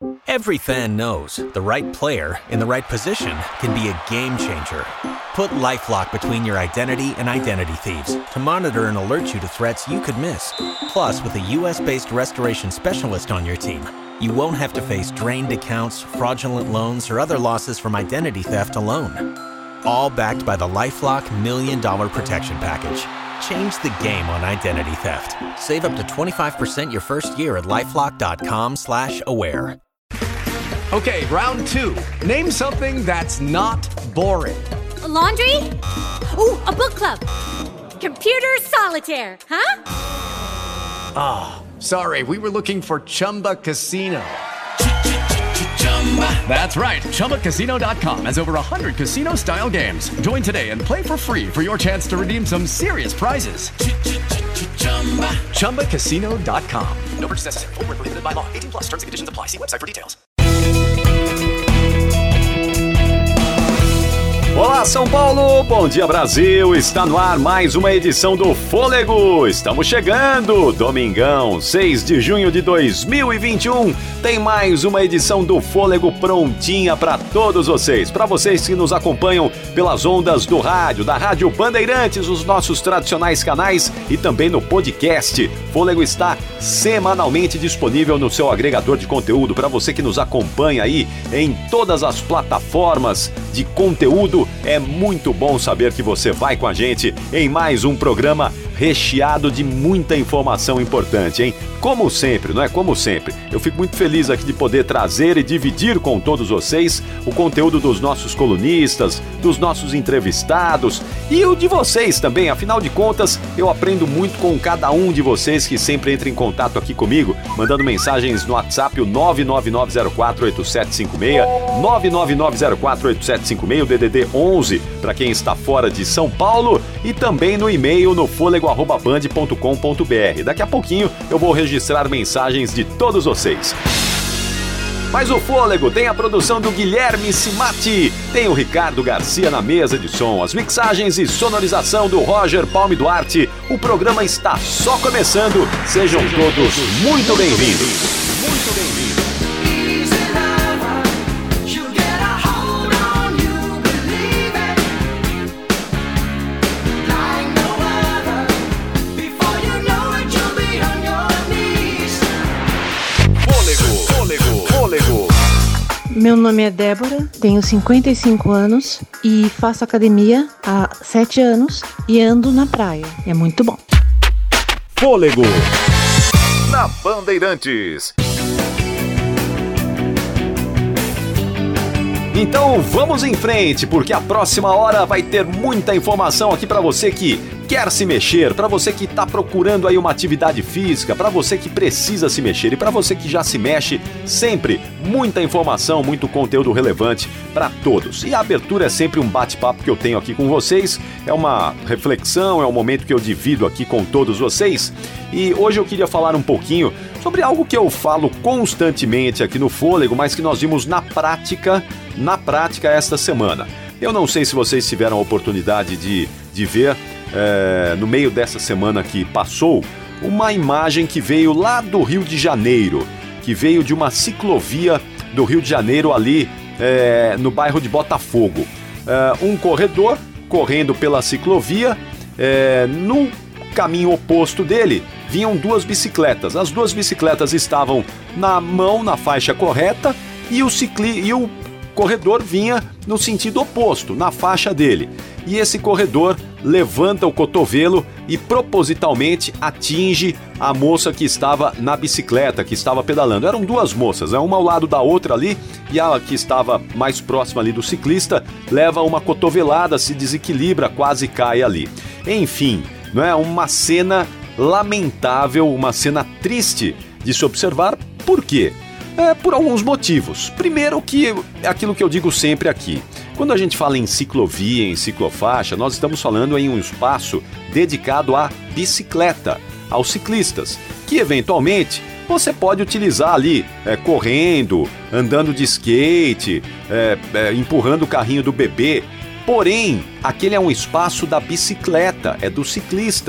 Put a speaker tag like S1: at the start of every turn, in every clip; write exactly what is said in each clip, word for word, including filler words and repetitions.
S1: Every fan knows the right player in the right position can be a game changer. Put LifeLock between your identity and identity thieves to monitor and alert you to threats you could miss. Plus, with a U S-based restoration specialist on your team, you won't have to face drained accounts, fraudulent loans, or other losses from identity theft alone. All backed by the LifeLock Million Dollar Protection Package. Change the game on identity theft. Save up to twenty-five percent your first year at LifeLock.com slash aware.
S2: Okay, round two. Name something that's not boring.
S3: A laundry? Ooh, a book club. Computer solitaire, huh?
S2: Ah, oh, sorry, we were looking for Chumba Casino. That's right, Chumba Casino dot com has over one hundred casino-style games. Join today and play for free for your chance to redeem some serious prizes. Chumba Casino dot com. No purchase necessary. Void where prohibited by law. eighteen plus terms and conditions apply. See website for details.
S4: Olá, São Paulo! Bom dia, Brasil! Está no ar mais uma edição do Fôlego. Estamos chegando! Domingão, seis de junho de dois mil e vinte e um. Tem mais uma edição do Fôlego prontinha para todos vocês. Para vocês que nos acompanham pelas ondas do rádio, da Rádio Bandeirantes, os nossos tradicionais canais e também no podcast. Fôlego está semanalmente disponível no seu agregador de conteúdo. Para você que nos acompanha aí em todas as plataformas de conteúdo, é muito bom saber que você vai com a gente em mais um programa recheado de muita informação importante, hein? Como sempre, não é? Como sempre. Eu fico muito feliz aqui de poder trazer e dividir com todos vocês o conteúdo dos nossos colunistas, dos nossos entrevistados e o de vocês também. Afinal de contas, eu aprendo muito com cada um de vocês que sempre entra em contato aqui comigo, mandando mensagens no WhatsApp, o nove nove nove zero quatro oito sete cinco seis, nove nove nove zero quatro oito sete cinco seis, o D D D onze, para quem está fora de São Paulo, e também no e-mail no fôlego arroba band ponto com ponto br. Daqui a pouquinho eu vou registrar mensagens de todos vocês. Mas o Fôlego tem a produção do Guilherme Simati, tem o Ricardo Garcia na mesa de som, as mixagens e sonorização do Roger Palme Duarte. O programa está só começando, sejam todos muito bem-vindos. Muito bem-vindos.
S5: Meu nome é Débora, tenho cinquenta e cinco anos e faço academia há sete anos e ando na praia. É muito bom.
S4: Fôlego na Bandeirantes. Então vamos em frente, porque a próxima hora vai ter muita informação aqui para você que quer se mexer, para você que está procurando aí uma atividade física, para você que precisa se mexer e para você que já se mexe, sempre muita informação, muito conteúdo relevante para todos. E a abertura é sempre um bate-papo que eu tenho aqui com vocês, é uma reflexão, é um momento que eu divido aqui com todos vocês. E hoje eu queria falar um pouquinho sobre algo que eu falo constantemente aqui no Fôlego, mas que nós vimos na prática, na prática esta semana. Eu não sei se vocês tiveram a oportunidade de, de ver, é, no meio dessa semana que passou, uma imagem que veio lá do Rio de Janeiro, que veio de uma ciclovia do Rio de Janeiro ali é, no bairro de Botafogo. É, um corredor correndo pela ciclovia, é, no caminho oposto dele vinham duas bicicletas. As duas bicicletas estavam na mão, na faixa correta, e o, cicli... e o corredor vinha no sentido oposto, na faixa dele. E esse corredor levanta o cotovelo e propositalmente atinge a moça que estava na bicicleta, que estava pedalando. Eram duas moças, uma ao lado da outra ali, e a que estava mais próxima ali do ciclista leva uma cotovelada, se desequilibra, quase cai ali. Enfim, não é uma cena lamentável, uma cena triste de se observar. Por quê? É, por alguns motivos. Primeiro, que é aquilo que eu digo sempre aqui. Quando a gente fala em ciclovia, em ciclofaixa, nós estamos falando em um espaço dedicado à bicicleta, aos ciclistas, que eventualmente você pode utilizar ali, é, correndo, andando de skate, é, é, empurrando o carrinho do bebê. Porém, aquele é um espaço da bicicleta, é do ciclista.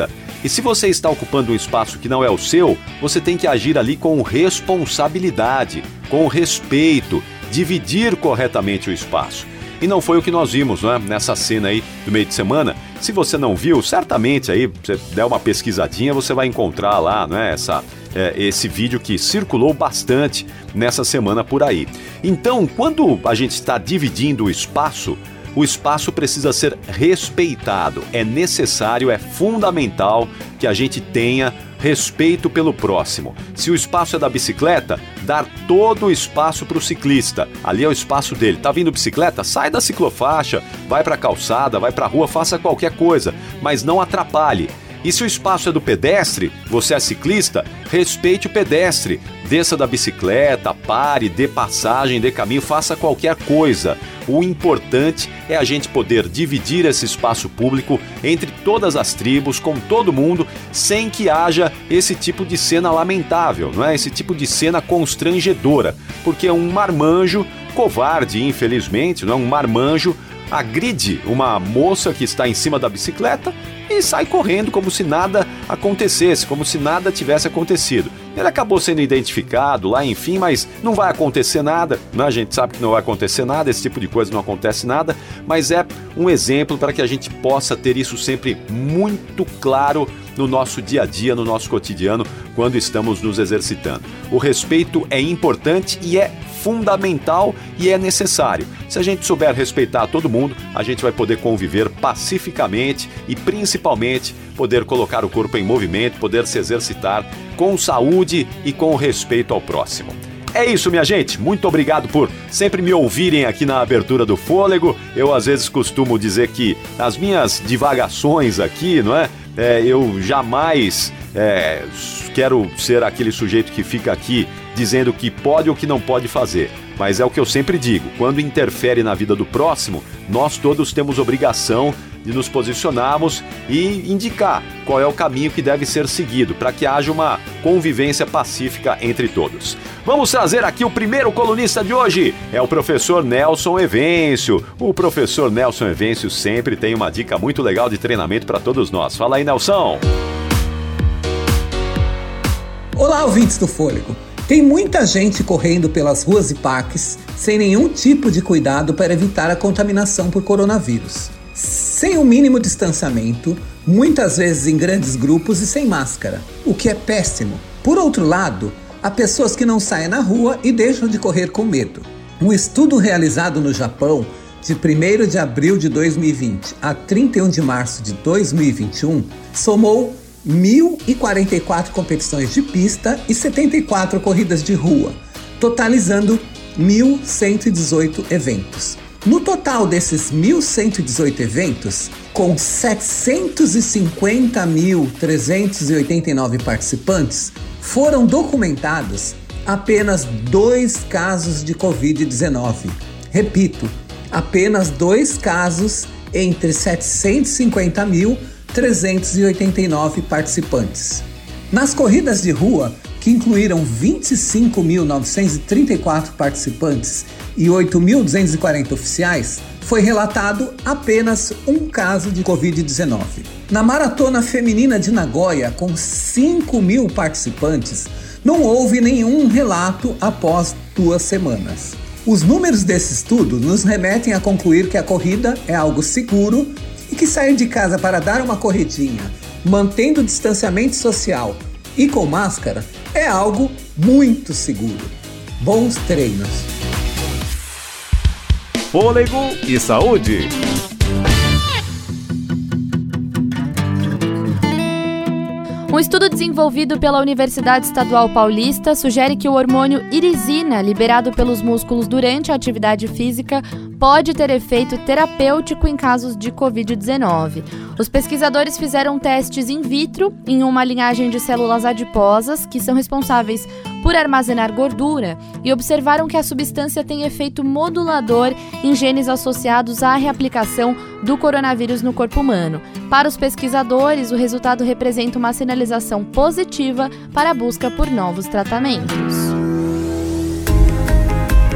S4: E se você está ocupando um espaço que não é o seu, você tem que agir ali com responsabilidade, com respeito, dividir corretamente o espaço. E não foi o que nós vimos, né, nessa cena aí do meio de semana. Se você não viu, certamente aí, você der uma pesquisadinha, você vai encontrar lá, né, essa, é, esse vídeo que circulou bastante nessa semana por aí. Então, quando a gente está dividindo o espaço, o espaço precisa ser respeitado. É necessário, é fundamental que a gente tenha respeito pelo próximo. Se o espaço é da bicicleta, dar todo o espaço para o ciclista. Ali é o espaço dele. Tá vindo bicicleta? Sai da ciclofaixa, vai para a calçada, vai para a rua, faça qualquer coisa, mas não atrapalhe. E se o espaço é do pedestre, você é ciclista, respeite o pedestre. Desça da bicicleta, pare, dê passagem, dê caminho, faça qualquer coisa. O importante é a gente poder dividir esse espaço público entre todas as tribos, com todo mundo, sem que haja esse tipo de cena lamentável, não é? Esse tipo de cena constrangedora, porque um marmanjo covarde, infelizmente, não é? Um marmanjo agride uma moça que está em cima da bicicleta e sai correndo como se nada acontecesse, como se nada tivesse acontecido. Ele acabou sendo identificado lá, enfim, mas não vai acontecer nada, né? A gente sabe que não vai acontecer nada, esse tipo de coisa não acontece nada, mas é um exemplo para que a gente possa ter isso sempre muito claro no nosso dia a dia, no nosso cotidiano, quando estamos nos exercitando. O respeito é importante e é fundamental e é necessário. Se a gente souber respeitar todo mundo, a gente vai poder conviver pacificamente e principalmente poder colocar o corpo em movimento, poder se exercitar com saúde e com respeito ao próximo. É isso, minha gente. Muito obrigado por sempre me ouvirem aqui na abertura do Fôlego. Eu às vezes costumo dizer que as minhas divagações aqui, não é? É, eu jamais é, quero ser aquele sujeito que fica aqui dizendo o que pode ou o que não pode fazer. Mas é o que eu sempre digo, quando interfere na vida do próximo, nós todos temos obrigação de nos posicionarmos e indicar qual é o caminho que deve ser seguido para que haja uma convivência pacífica entre todos. Vamos trazer aqui o primeiro colunista de hoje, é o professor Nelson Evêncio. O professor Nelson Evêncio sempre tem uma dica muito legal de treinamento para todos nós. Fala aí, Nelson.
S6: Olá, ouvintes do Fôlego. Tem muita gente correndo pelas ruas e parques sem nenhum tipo de cuidado para evitar a contaminação por coronavírus. Sem o mínimo distanciamento, muitas vezes em grandes grupos e sem máscara, o que é péssimo. Por outro lado, há pessoas que não saem na rua e deixam de correr com medo. Um estudo realizado no Japão, de primeiro de abril de dois mil e vinte a trinta e um de março de dois mil e vinte e um, somou mil e quarenta e quatro competições de pista e setenta e quatro corridas de rua, totalizando mil cento e dezoito eventos. No total desses mil cento e dezoito eventos, com setecentos e cinquenta mil trezentos e oitenta e nove participantes, foram documentados apenas dois casos de covid dezenove. Repito, apenas dois casos entre setecentos e cinquenta mil trezentos e oitenta e nove participantes. Nas corridas de rua, que incluíram vinte e cinco mil novecentos e trinta e quatro participantes e oito mil duzentos e quarenta oficiais, foi relatado apenas um caso de covid dezenove. Na maratona feminina de Nagoya, com cinco mil participantes, não houve nenhum relato após duas semanas. Os números desse estudo nos remetem a concluir que a corrida é algo seguro e que sair de casa para dar uma corridinha, mantendo o distanciamento social e com máscara, é algo muito seguro. Bons treinos!
S4: Fôlego e saúde!
S7: Um estudo desenvolvido pela Universidade Estadual Paulista sugere que o hormônio irisina, liberado pelos músculos durante a atividade física, pode ter efeito terapêutico em casos de covid dezenove. Os pesquisadores fizeram testes in vitro em uma linhagem de células adiposas, que são responsáveis por armazenar gordura, e observaram que a substância tem efeito modulador em genes associados à reaplicação do coronavírus no corpo humano. Para os pesquisadores, o resultado representa uma sinalização positiva para a busca por novos tratamentos.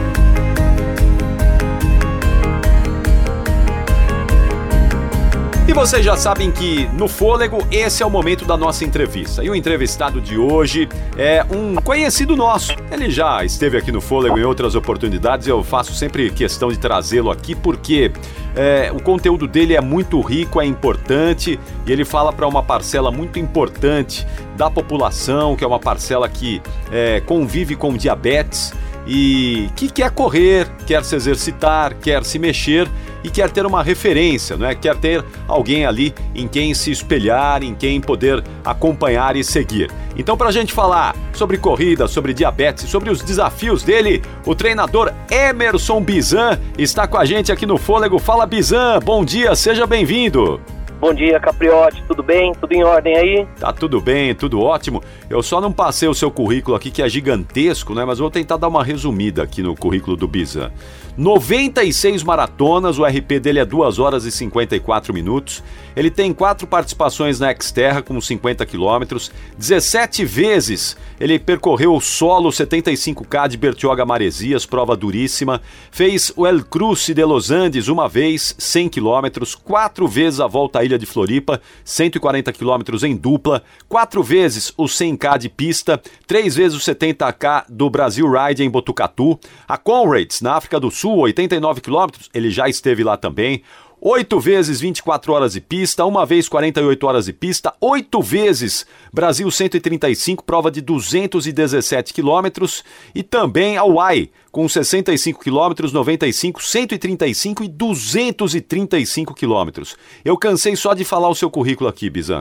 S4: E vocês já sabem que no Fôlego esse é o momento da nossa entrevista. E o entrevistado de hoje é um conhecido nosso. Ele já esteve aqui no Fôlego em outras oportunidades e eu faço sempre questão de trazê-lo aqui porque é, o conteúdo dele é muito rico, é importante e ele fala para uma parcela muito importante da população, que é uma parcela que é, convive com diabetes e que quer correr, quer se exercitar, quer se mexer e quer ter uma referência, não é? Quer ter alguém ali em quem se espelhar, em quem poder acompanhar e seguir. Então, para a gente falar sobre corrida, sobre diabetes, sobre os desafios dele, o treinador Emerson Bizan está com a gente aqui no Fôlego. Fala, Bizan, bom dia, seja bem-vindo.
S8: Bom dia, Capriotti, tudo bem? Tudo em ordem aí?
S4: Tá tudo bem, tudo ótimo. Eu só não passei o seu currículo aqui, que é gigantesco, né? Mas vou tentar dar uma resumida aqui no currículo do Bizan. noventa e seis maratonas, o R P dele é duas horas e cinquenta e quatro minutos. Ele tem quatro participações na Xterra com cinquenta quilômetros. dezessete vezes ele percorreu o solo setenta e cinco K de Bertioga Maresias, prova duríssima. Fez o El Cruce de Los Andes uma vez, cem quilômetros. Quatro vezes a volta à Ilha de Floripa, cento e quarenta quilômetros em dupla. Quatro vezes o cem K de pista. Três vezes o setenta K do Brasil Ride em Botucatu. A Comrades, na África do Sul, oitenta e nove quilômetros, ele já esteve lá também. Oito vezes vinte e quatro horas de pista, uma vez quarenta e oito horas de pista, oito vezes Brasil cento e trinta e cinco, prova de duzentos e dezessete quilômetros, e também a U A I, com sessenta e cinco quilômetros, noventa e cinco, cento e trinta e cinco e duzentos e trinta e cinco quilômetros. Eu cansei só de falar o seu currículo aqui, Bizan.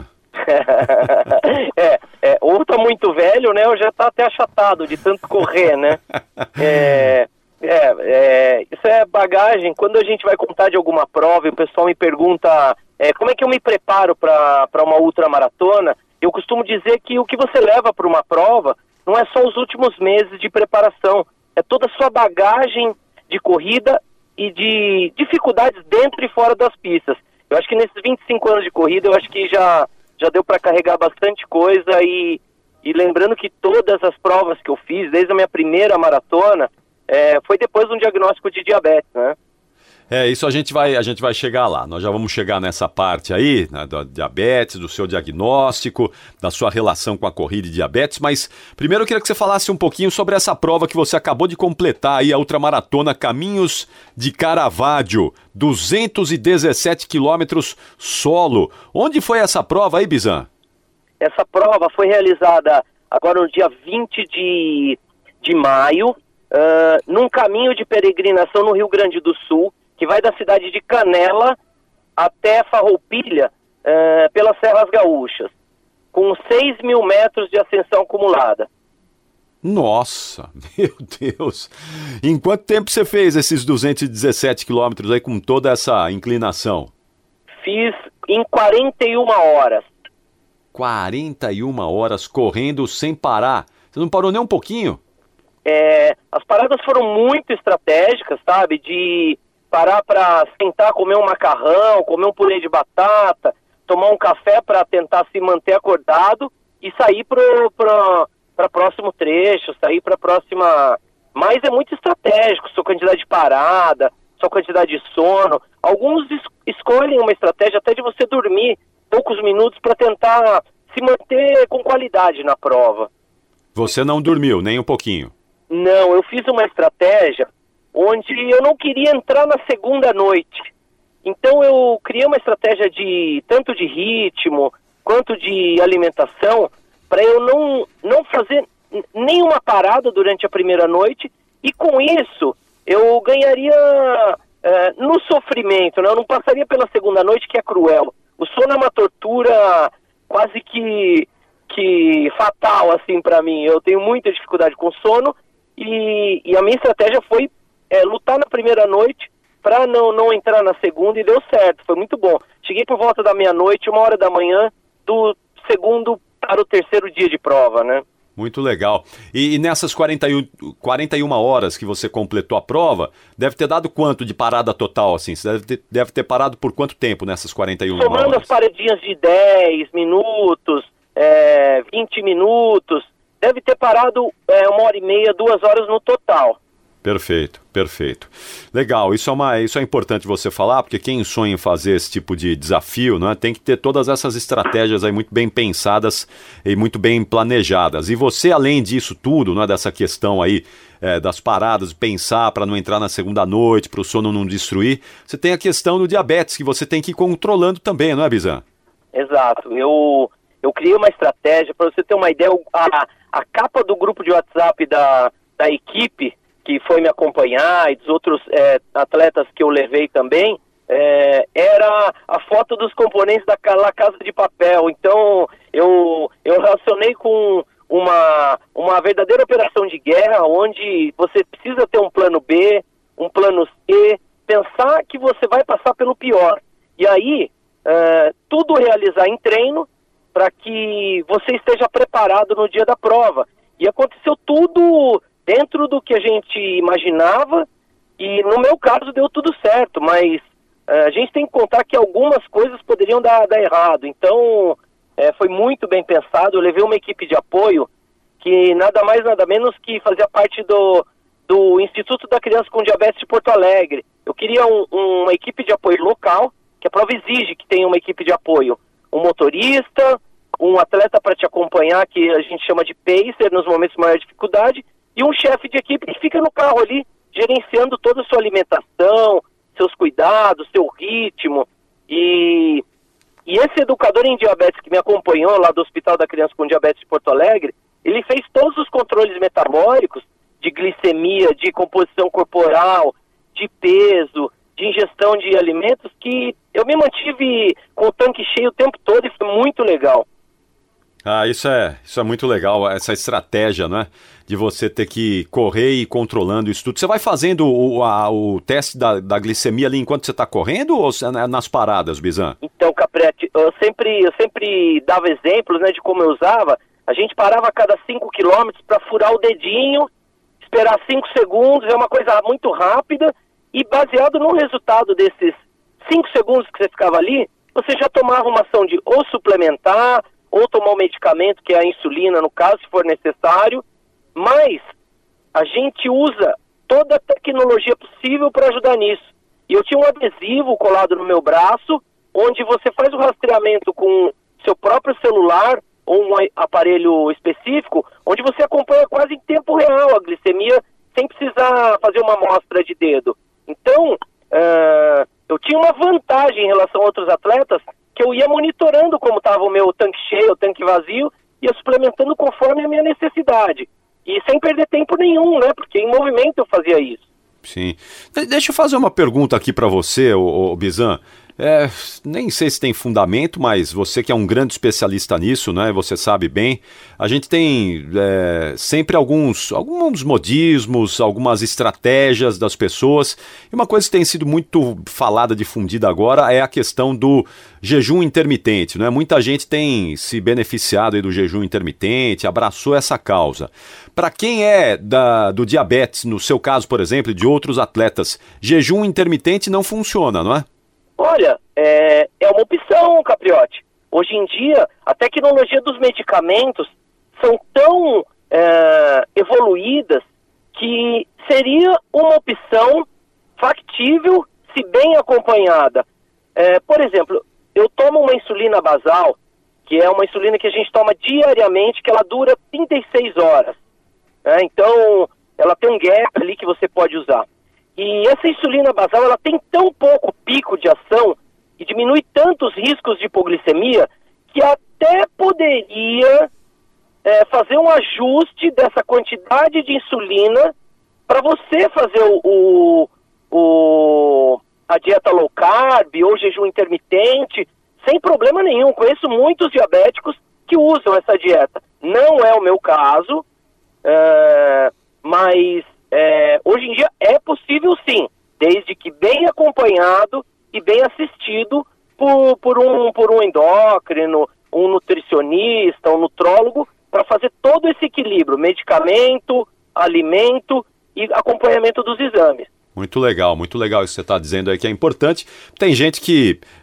S8: é, é, ou tá muito velho, né, ou já tá até achatado de tanto correr, né? É... É, é, isso é bagagem. Quando a gente vai contar de alguma prova e o pessoal me pergunta é, como é que eu me preparo para uma ultramaratona, eu costumo dizer que o que você leva para uma prova não é só os últimos meses de preparação, é toda a sua bagagem de corrida e de dificuldades dentro e fora das pistas. Eu acho que nesses vinte e cinco anos de corrida, eu acho que já, já deu para carregar bastante coisa e, e lembrando que todas as provas que eu fiz, desde a minha primeira maratona, É, foi depois de um diagnóstico de diabetes, né?
S4: É, isso a gente vai, a gente vai chegar lá. Nós já vamos chegar nessa parte aí, né, da diabetes, do seu diagnóstico, da sua relação com a corrida e diabetes, mas primeiro eu queria que você falasse um pouquinho sobre essa prova que você acabou de completar aí, a ultramaratona Caminhos de Caravaggio, duzentos e dezessete quilômetros solo. Onde foi essa prova aí, Bizan?
S8: Essa prova foi realizada agora no dia vinte de maio, Uh, num caminho de peregrinação no Rio Grande do Sul, que vai da cidade de Canela até Farroupilha, uh, pelas Serras Gaúchas, com seis mil metros de ascensão acumulada.
S4: Nossa, meu Deus! Em quanto tempo você fez esses duzentos e dezessete quilômetros aí com toda essa inclinação?
S8: Fiz em quarenta e uma horas.
S4: quarenta e uma horas correndo sem parar? Você não parou nem um pouquinho?
S8: É, as paradas foram muito estratégicas, sabe? De parar para sentar, comer um macarrão, comer um purê de batata, tomar um café para tentar se manter acordado e sair para o próximo trecho, sair para a próxima... Mas é muito estratégico, sua quantidade de parada, sua quantidade de sono. Alguns es escolhem uma estratégia até de você dormir poucos minutos para tentar se manter com qualidade na prova.
S4: Você não dormiu nem um pouquinho?
S8: Não, eu fiz uma estratégia onde eu não queria entrar na segunda noite. Então eu criei uma estratégia de tanto de ritmo quanto de alimentação para eu não, não fazer nenhuma parada durante a primeira noite e com isso eu ganharia é, no sofrimento, né? Eu não passaria pela segunda noite, que é cruel. O sono é uma tortura quase que, que fatal assim para mim. Eu tenho muita dificuldade com sono. E, e a minha estratégia foi é, lutar na primeira noite para não, não entrar na segunda e deu certo, foi muito bom. Cheguei por volta da meia-noite, uma hora da manhã, do segundo para o terceiro dia de prova, né?
S4: Muito legal. E, e nessas quarenta e uma horas que você completou a prova, deve ter dado quanto de parada total, assim? Você deve ter, deve ter parado por quanto tempo nessas quarenta e uma horas?
S8: Somando as paradinhas de dez minutos, é, vinte minutos... Deve ter parado é, uma hora e meia, duas horas no total.
S4: Perfeito, perfeito. Legal, isso é, uma, isso é importante você falar, porque quem sonha em fazer esse tipo de desafio, né, tem que ter todas essas estratégias aí muito bem pensadas e muito bem planejadas. E você, além disso tudo, né, dessa questão aí é, das paradas, pensar para não entrar na segunda noite, para o sono não destruir, você tem a questão do diabetes, que você tem que ir controlando também, não é, Bizan?
S8: Exato. Eu, eu criei uma estratégia, para você ter uma ideia, a, a capa do grupo de WhatsApp da, da equipe que foi me acompanhar e dos outros é, atletas que eu levei também, é, era a foto dos componentes da La Casa de Papel. Então, eu, eu relacionei com uma, uma verdadeira operação de guerra, onde você precisa ter um plano B, um plano C, pensar que você vai passar pelo pior. E aí, é, tudo realizar em treino para que você esteja preparado no dia da prova. E aconteceu tudo dentro do que a gente imaginava, e no meu caso deu tudo certo, mas uh, a gente tem que contar que algumas coisas poderiam dar, dar errado. Então, uh, foi muito bem pensado. Eu levei uma equipe de apoio que nada mais, nada menos que fazia parte do, do Instituto da Criança com Diabetes de Porto Alegre. Eu queria um, uma equipe de apoio local, que a prova exige que tenha uma equipe de apoio. Um motorista, um atleta para te acompanhar, que a gente chama de pacer nos momentos de maior dificuldade, e um chefe de equipe que fica no carro ali, gerenciando toda a sua alimentação, seus cuidados, seu ritmo. E, e esse educador em diabetes que me acompanhou lá do Hospital da Criança com Diabetes de Porto Alegre, ele fez todos os controles metabólicos, de glicemia, de composição corporal, de peso, de ingestão de alimentos, que eu me mantive com o tanque cheio o tempo todo e foi muito legal.
S4: Ah, isso é, isso é muito legal, essa estratégia, né? De você ter que correr e ir controlando isso tudo. Você vai fazendo o, a, o teste da, da glicemia ali enquanto você está correndo ou nas paradas, Bizan?
S8: Então, Capretti, eu sempre, eu sempre dava exemplos, né, de como eu usava. A gente parava a cada cinco quilômetros para furar o dedinho, esperar cinco segundos, é uma coisa muito rápida, e baseado no resultado desses cinco segundos que você ficava ali, você já tomava uma ação de ou suplementar, ou tomar um medicamento, que é a insulina, no caso, se for necessário, mas a gente usa toda a tecnologia possível para ajudar nisso. E eu tinha um adesivo colado no meu braço, onde você faz o rastreamento com seu próprio celular, ou um aparelho específico, onde você acompanha quase em tempo real a glicemia, sem precisar fazer uma amostra de dedo. Então, uh, eu tinha uma vantagem em relação a outros atletas, que eu ia monitorando como estava o meu tanque cheio, o tanque vazio, ia suplementando conforme a minha necessidade. E sem perder tempo nenhum, né? Porque em movimento eu fazia isso.
S4: Sim. De- deixa eu fazer uma pergunta aqui para você, ô, ô, Bizan. É, nem sei se tem fundamento, mas você que é um grande especialista nisso, né? Você sabe bem. A gente tem é, sempre alguns, alguns modismos, algumas estratégias das pessoas. E uma coisa que tem sido muito falada, difundida agora, é a questão do jejum intermitente, né? Muita gente tem se beneficiado aí do jejum intermitente, abraçou essa causa. Para quem é da, do diabetes, no seu caso, por exemplo, e de outros atletas, jejum intermitente não funciona, não é?
S8: Olha, é, é uma opção, Capriotti. Hoje em dia, a tecnologia dos medicamentos são tão é, evoluídas que seria uma opção factível se bem acompanhada. É, por exemplo, eu tomo uma insulina basal, que é uma insulina que a gente toma diariamente, que ela dura trinta e seis horas. Né? Então, ela tem um gap ali que você pode usar. E essa insulina basal, ela tem tão pouco pico de ação e diminui tantos riscos de hipoglicemia que até poderia é, fazer um ajuste dessa quantidade de insulina para você fazer o, o, o, a dieta low carb ou jejum intermitente sem problema nenhum. Conheço muitos diabéticos que usam essa dieta. Não é o meu caso, é, mas... É, hoje em dia é possível sim, desde que bem acompanhado e bem assistido por, por, um, por um endócrino, um nutricionista, um nutrólogo, para fazer todo esse equilíbrio, medicamento, alimento e acompanhamento dos exames.
S4: Muito legal, muito legal isso que você está dizendo aí, que é importante. Tem gente que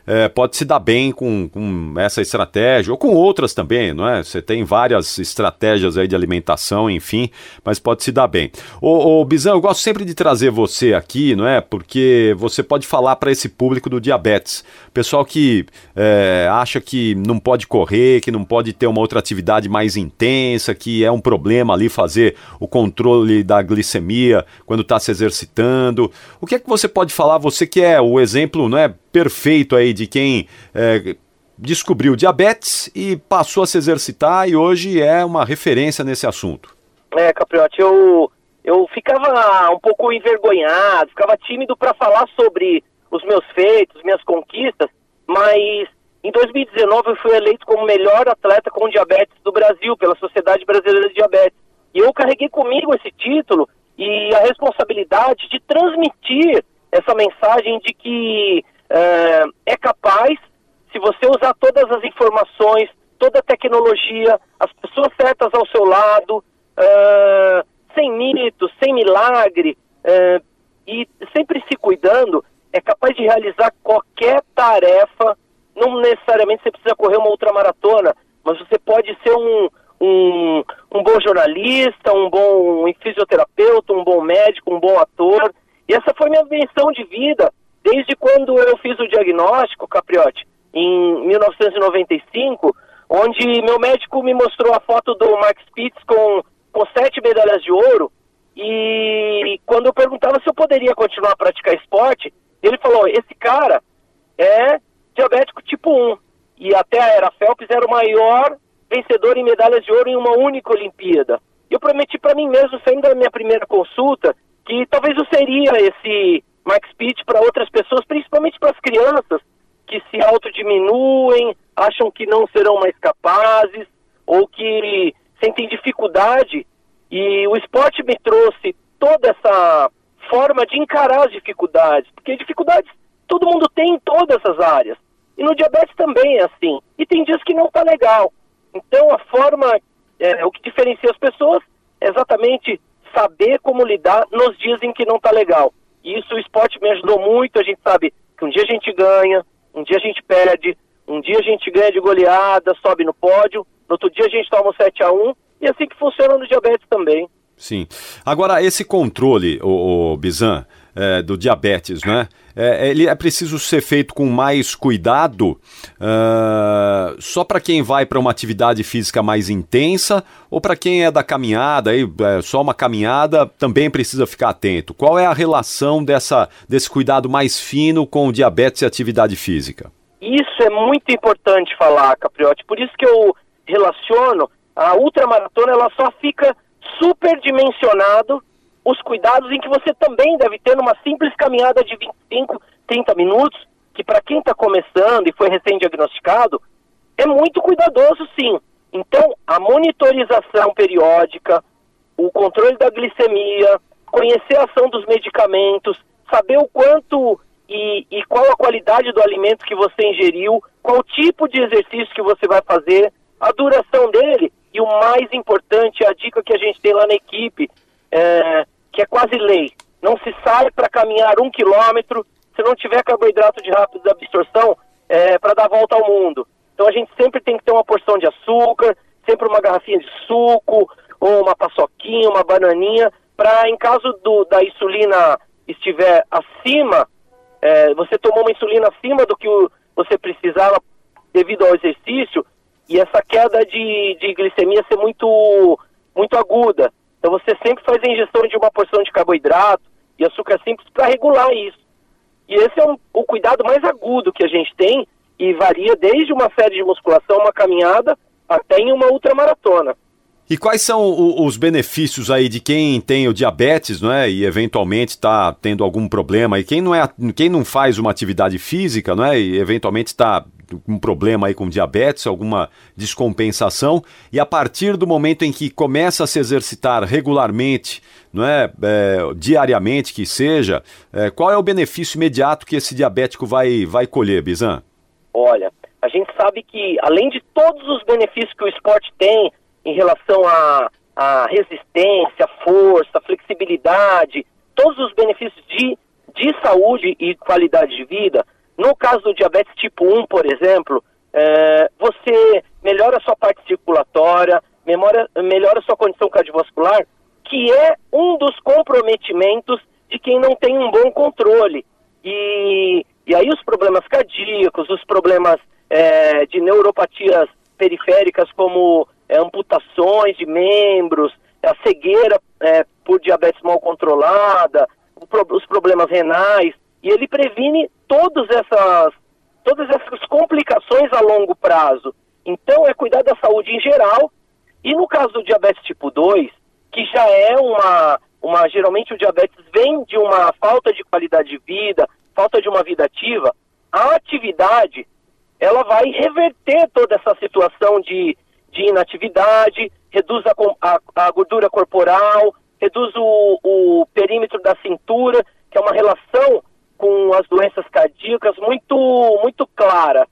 S4: é, pode se dar bem com, com essa estratégia, ou com outras também, não é? Você tem várias estratégias aí de alimentação, enfim, mas pode se dar bem. Ô, ô Bizan, eu gosto sempre de trazer você aqui, não é? Porque você pode falar para esse público do diabetes. Pessoal que é, acha que não pode correr, que não pode ter uma outra atividade mais intensa, que é um problema ali fazer o controle da glicemia quando está se exercitando. O que é que você pode falar, você que é o exemplo, não é, perfeito aí de quem é, descobriu diabetes e passou a se exercitar e hoje é uma referência nesse assunto?
S8: É, Capriotti, eu, eu ficava um pouco envergonhado, ficava tímido para falar sobre os meus feitos, minhas conquistas, mas em dois mil e dezenove eu fui eleito como melhor atleta com diabetes do Brasil, pela Sociedade Brasileira de Diabetes. E eu carreguei comigo esse título e a responsabilidade de transmitir essa mensagem de que é, é capaz, se você usar todas as informações, toda a tecnologia, as pessoas certas ao seu lado, é, sem mitos, sem milagre, é, e sempre se cuidando, é capaz de realizar qualquer tarefa. Não necessariamente você precisa correr uma ultramaratona, mas você pode ser um, um, um bom jornalista, um bom um fisioterapeuta, um bom médico, um bom ator. E essa foi minha missão de vida, desde quando eu fiz o diagnóstico, Capriotti, em mil novecentos e noventa e cinco, onde meu médico me mostrou a foto do Mark Spitz com, com sete medalhas de ouro, e quando eu perguntava se eu poderia continuar a praticar esporte, ele falou, esse cara é diabético tipo um, e até a Era Phelps era o maior vencedor em medalhas de ouro em uma única Olimpíada. Eu prometi para mim mesmo, saindo da minha primeira consulta, que talvez eu seria esse Mark Spitz para outras pessoas, principalmente para as crianças que se autodiminuem, acham que não serão mais capazes, ou que sentem dificuldade. E o esporte me trouxe toda essa forma de encarar as dificuldades, porque dificuldades todo mundo tem em todas as áreas. E no diabetes também é assim. E tem dias que não está legal. Então a forma, é, o que diferencia as pessoas é exatamente saber como lidar nos dias em que não está legal. E isso o esporte me ajudou muito. A gente sabe que um dia a gente ganha, um dia a gente perde, um dia a gente ganha de goleada, sobe no pódio, no outro dia a gente toma um sete a um, e é assim que funciona no diabetes também.
S4: Sim. Agora, esse controle, o, o Bizan, é, do diabetes, né? É, ele é preciso ser feito com mais cuidado, uh, só para quem vai para uma atividade física mais intensa, ou para quem é da caminhada, aí, é, só uma caminhada, também precisa ficar atento. Qual é a relação dessa, desse cuidado mais fino com o diabetes e a atividade física?
S8: Isso é muito importante falar, Capriotti, por isso que eu relaciono a ultramaratona, ela só fica superdimensionado os cuidados em que você também deve ter numa simples caminhada de vinte e cinco, trinta minutos, que para quem está começando e foi recém-diagnosticado, é muito cuidadoso sim. Então, a monitorização periódica, o controle da glicemia, conhecer a ação dos medicamentos, saber o quanto e, e qual a qualidade do alimento que você ingeriu, qual o tipo de exercício que você vai fazer, a duração dele, e o mais importante, a dica que a gente tem lá na equipe, é, que é quase lei. Não se sai para caminhar um quilômetro se não tiver carboidrato de rápida absorção é, para dar a volta ao mundo. Então a gente sempre tem que ter uma porção de açúcar, sempre uma garrafinha de suco, ou uma paçoquinha, uma bananinha, para em caso do, da insulina estiver acima, é, você tomou uma insulina acima do que o, você precisava devido ao exercício, e essa queda de, de glicemia ser muito, muito aguda. Então você sempre faz a ingestão de uma porção de carboidrato e açúcar simples para regular isso. E esse é um, o cuidado mais agudo que a gente tem, e varia desde uma série de musculação, uma caminhada, até em uma ultramaratona.
S4: E quais são o, os benefícios aí de quem tem o diabetes, não é? E eventualmente está tendo algum problema, e quem não, é, quem não faz uma atividade física, não é? E eventualmente está com um problema aí com diabetes, alguma descompensação, e a partir do momento em que começa a se exercitar regularmente, não é? É, diariamente que seja, é, qual é o benefício imediato que esse diabético vai, vai colher, Bizan?
S8: Olha, a gente sabe que além de todos os benefícios que o esporte tem em relação à, à resistência, força, flexibilidade, todos os benefícios de, de saúde e qualidade de vida, No caso do diabetes tipo um, por exemplo, é, você melhora a sua parte circulatória, memória, melhora a sua condição cardiovascular, que é um dos comprometimentos de quem não tem um bom controle. E, e aí os problemas cardíacos, os problemas é, de neuropatias periféricas, como é, amputações de membros, a cegueira é, por diabetes mal controlada, o pro, os problemas renais, e ele previne todas essas, todas essas complicações a longo prazo. Então é cuidar da saúde em geral, e no caso do diabetes tipo dois, que já é uma, uma, geralmente o diabetes vem de uma falta de qualidade de vida, falta de uma vida ativa, a atividade, ela vai reverter toda essa situação de, de inatividade, reduz a, a, a gordura corporal, reduz o, o perímetro da cintura, que é uma relação com as doenças cardíacas muito, muito clara.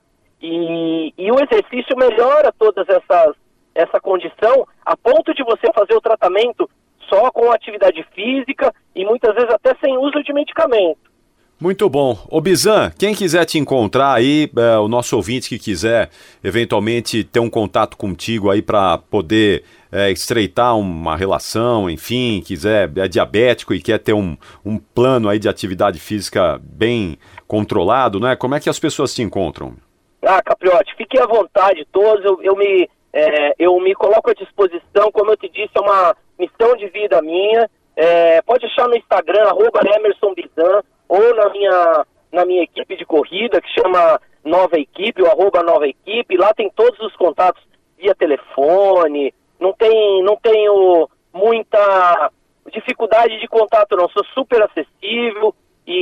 S8: E, e o exercício melhora todas essas essa condição, a ponto de você fazer o tratamento só com atividade física e muitas vezes até sem uso de medicamento.
S4: Muito bom. Ô Bizan, quem quiser te encontrar aí, é, o nosso ouvinte que quiser eventualmente ter um contato contigo aí para poder é, estreitar uma relação, enfim, quiser, é diabético e quer ter um, um plano aí de atividade física bem controlado, né? Como é que as pessoas te encontram?
S8: Ah, Capriotti, fiquem à vontade todos, eu, eu me... É, eu me coloco à disposição, como eu te disse, é uma missão de vida minha. É, pode achar no Instagram, arroba Emerson Bizan, ou na minha, na minha equipe de corrida, que chama Nova Equipe, ou arroba Nova Equipe. Lá tem todos os contatos via telefone, não, tem, não tenho muita dificuldade de contato não, sou super acessível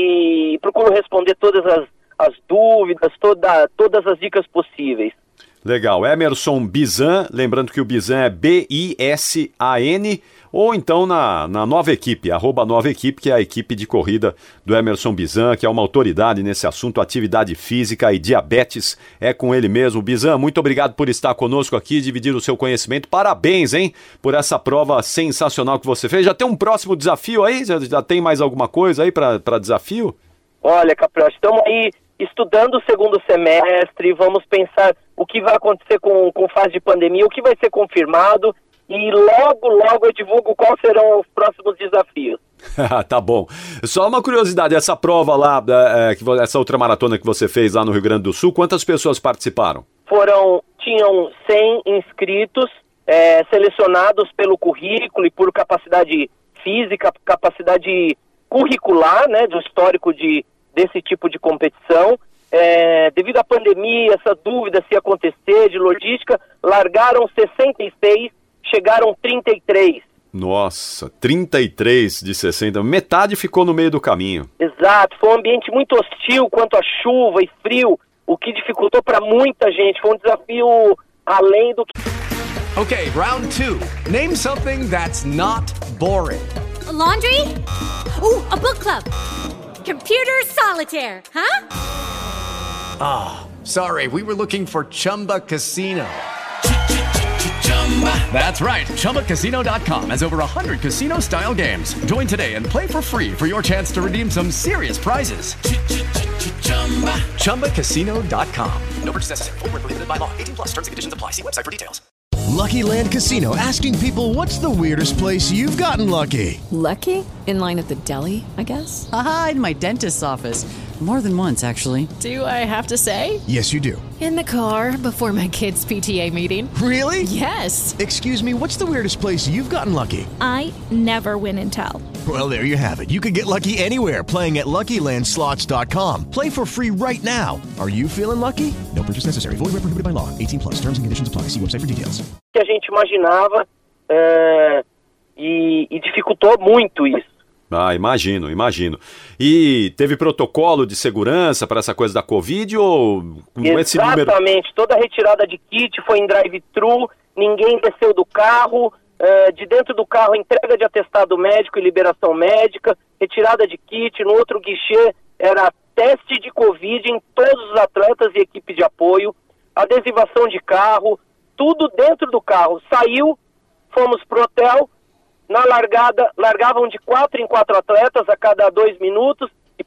S8: e procuro responder todas as, as dúvidas, toda, todas as dicas possíveis.
S4: Legal, Emerson Bizan, lembrando que o Bizan é B I S A N, ou então na, na Nova Equipe, arroba Nova Equipe, que é a equipe de corrida do Emerson Bizan, que é uma autoridade nesse assunto, atividade física e diabetes, é com ele mesmo. Bizan, muito obrigado por estar conosco aqui, dividir o seu conhecimento, parabéns, hein, por essa prova sensacional que você fez. Já tem um próximo desafio aí? Já, já tem mais alguma coisa aí para desafio?
S8: Olha, Capriotti, estamos aí estudando o segundo semestre, vamos pensar o que vai acontecer com, com fase de pandemia, o que vai ser confirmado, e logo, logo eu divulgo quais serão os próximos desafios.
S4: Tá bom. Só uma curiosidade, essa prova lá, é, que, essa outra maratona que você fez lá no Rio Grande do Sul, quantas pessoas participaram?
S8: Foram, tinham cem inscritos, é, selecionados pelo currículo e por capacidade física, capacidade curricular, né, do histórico de desse tipo de competição. É, devido à pandemia, essa dúvida se ia acontecer, de logística, largaram sessenta e seis, chegaram trinta e três.
S4: Nossa, trinta e três de sessenta, metade ficou no meio do caminho.
S8: Exato, foi um ambiente muito hostil quanto a chuva e frio, o que dificultou para muita gente, foi um desafio além do que...
S2: Okay, round two. Name something that's not boring.
S3: A laundry? Ooh, a book club. Computer solitaire, huh?
S2: Ah, oh, sorry, we were looking for Chumba Casino. That's right, Chumba Casino dot com has over one hundred casino-style games. Join today and play for free for your chance to redeem some serious prizes. Chumba Casino dot com. No purchase necessary. Void where prohibited by law. eighteen plus terms and conditions apply. See website for details.
S9: Lucky Land Casino, asking people, what's the weirdest place you've gotten lucky?
S10: Lucky? In line at the deli, I guess?
S11: Aha, in my dentist's office. More than once, actually.
S10: Do I have to say?
S9: Yes, you do.
S10: In the car before my kids' P T A meeting.
S9: Really?
S10: Yes.
S9: Excuse me, what's the weirdest place you've gotten lucky?
S12: I never win and tell.
S9: Well, there you have it. You can get lucky anywhere, playing at Lucky Land Slots dot com. Play for free right now. Are you feeling lucky? No purchase necessary. Void where prohibited by law. eighteen plus. Terms and conditions apply. See website for details.
S8: Que a gente imaginava é, e, e dificultou muito isso.
S4: Ah, imagino, imagino. E teve protocolo de segurança para essa coisa da Covid ou...
S8: Exatamente, esse número... toda a retirada de kit foi em drive-thru, ninguém desceu do carro, uh, de dentro do carro entrega de atestado médico e liberação médica, retirada de kit, no outro guichê era teste de Covid em todos os atletas e equipe de apoio, adesivação de carro, tudo dentro do carro. Saiu, fomos pro hotel. Na largada, largavam de quatro em quatro atletas a cada dois minutos e praticamente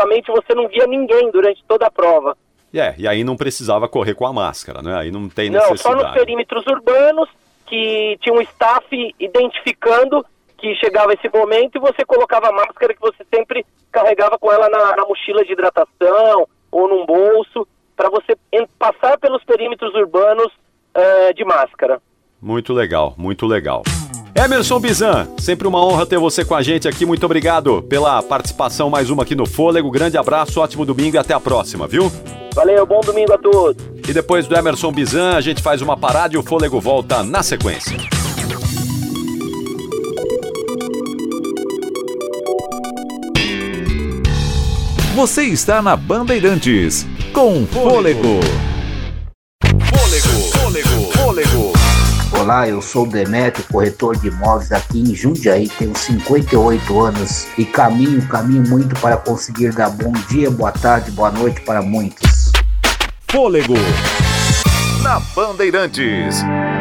S8: praticamente você não via ninguém durante toda a prova.
S4: É, e aí não precisava correr com a máscara, né? Aí não tem
S8: Não,
S4: necessidade.
S8: só nos perímetros urbanos, que tinha um staff identificando que chegava esse momento e você colocava a máscara que você sempre carregava com ela na, na mochila de hidratação ou num bolso, para você passar pelos perímetros urbanos uh, de máscara.
S4: Muito legal, muito legal. Emerson Bizan, sempre uma honra ter você com a gente aqui. Muito obrigado pela participação, mais uma aqui no Fôlego. Grande abraço, ótimo domingo e até a próxima, viu?
S8: Valeu, bom domingo a todos.
S4: E depois do Emerson Bizan, a gente faz uma parada e o Fôlego volta na sequência.
S13: Você está na Bandeirantes, com Fôlego.
S4: Fôlego, fôlego, fôlego.
S14: Olá, eu sou o Demetrio, corretor de imóveis aqui em Jundiaí, tenho cinquenta e oito anos e caminho, caminho muito para conseguir dar bom dia, boa tarde, boa noite para muitos.
S13: Fôlego, na Bandeirantes.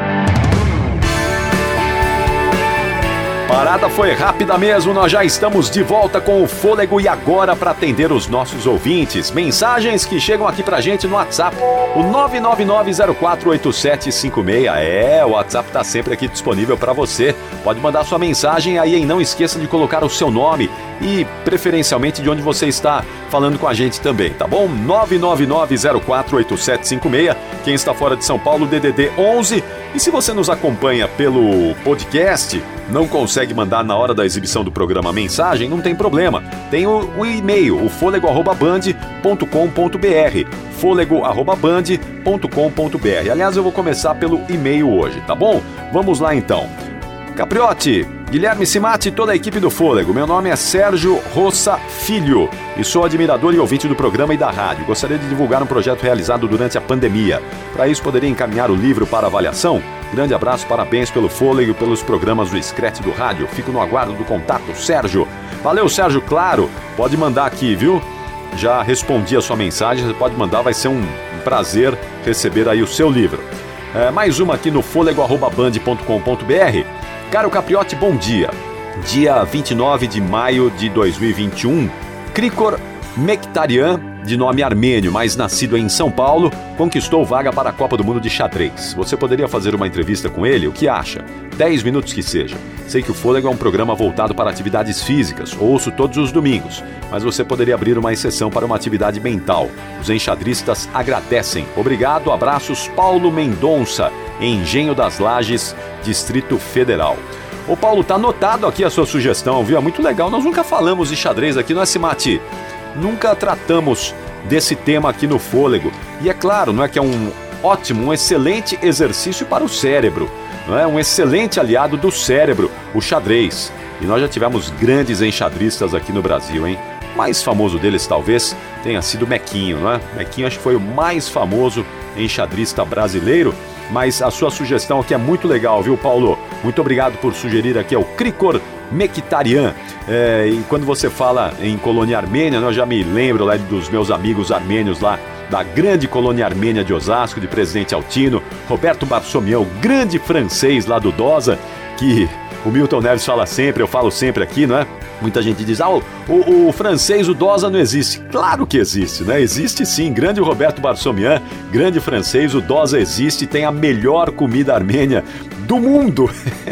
S4: Parada foi rápida mesmo, nós já estamos de volta com o Fôlego e agora para atender os nossos ouvintes. Mensagens que chegam aqui pra gente no WhatsApp, o nove nove nove zero quatro oito sete cinco seis. É, o WhatsApp tá sempre aqui disponível para você. Pode mandar sua mensagem aí e não esqueça de colocar o seu nome e preferencialmente de onde você está falando com a gente também, tá bom? nove nove nove zero quatro oito sete cinco seis. Quem está fora de São Paulo, D D D onze. E se você nos acompanha pelo podcast, não consegue mandar na hora da exibição do programa mensagem, não tem problema. Tem o, o e-mail, o fôlego arroba band ponto com ponto b r. fôlego arroba band ponto com ponto b r. Aliás, eu vou começar pelo e-mail hoje, tá bom? Vamos lá então. Capriotti, Guilherme Simati e toda a equipe do Fôlego. Meu nome é Sérgio Roça Filho e sou admirador e ouvinte do programa e da rádio. Gostaria de divulgar um projeto realizado durante a pandemia. Para isso, poderia encaminhar o livro para avaliação? Grande abraço, parabéns pelo Fôlego e pelos programas do Scratch do Rádio. Fico no aguardo do contato, Sérgio. Valeu, Sérgio, claro. Pode mandar aqui, viu? Já respondi a sua mensagem, você pode mandar, vai ser um prazer receber aí o seu livro. É, mais uma aqui no fôlego arroba band ponto com ponto b r. Caro Capriotti, bom dia. Dia vinte e nove de maio de dois mil e vinte e um, Krikor Mekhtarian, de nome armênio, mas nascido em São Paulo, conquistou vaga para a Copa do Mundo de xadrez. Você poderia fazer uma entrevista com ele? O que acha? dez minutos que seja. Sei que o Fôlego é um programa voltado para atividades físicas, ouço todos os domingos, mas você poderia abrir uma exceção para uma atividade mental. Os enxadristas agradecem. Obrigado, abraços, Paulo Mendonça, Engenho das Lajes, Distrito Federal. Ô Paulo, tá anotado aqui a sua sugestão, viu? É muito legal, nós nunca falamos de xadrez aqui, não é, Simati? Nunca tratamos desse tema aqui no Fôlego. E é claro, não é que é um ótimo, um excelente exercício para o cérebro, não é? Um excelente aliado do cérebro, o xadrez. E nós já tivemos grandes enxadristas aqui no Brasil, hein? O mais famoso deles talvez tenha sido Mequinho, não é? Mequinho acho que foi o mais famoso enxadrista brasileiro, mas a sua sugestão aqui é muito legal, viu, Paulo? Muito obrigado por sugerir aqui, é o Krikor Mekhtarian. É, e quando você fala em colônia armênia, eu já me lembro lá dos meus amigos armênios lá da grande colônia armênia de Osasco, de Presidente Altino, Roberto Barsomian, o grande francês lá do Dosa, que o Milton Neves fala sempre, eu falo sempre aqui, não é? Muita gente diz, ah, o, o, o francês, o Dosa não existe. Claro que existe, né? Existe sim, grande Roberto Barsomian, grande francês, o Dosa existe, tem a melhor comida armênia do mundo.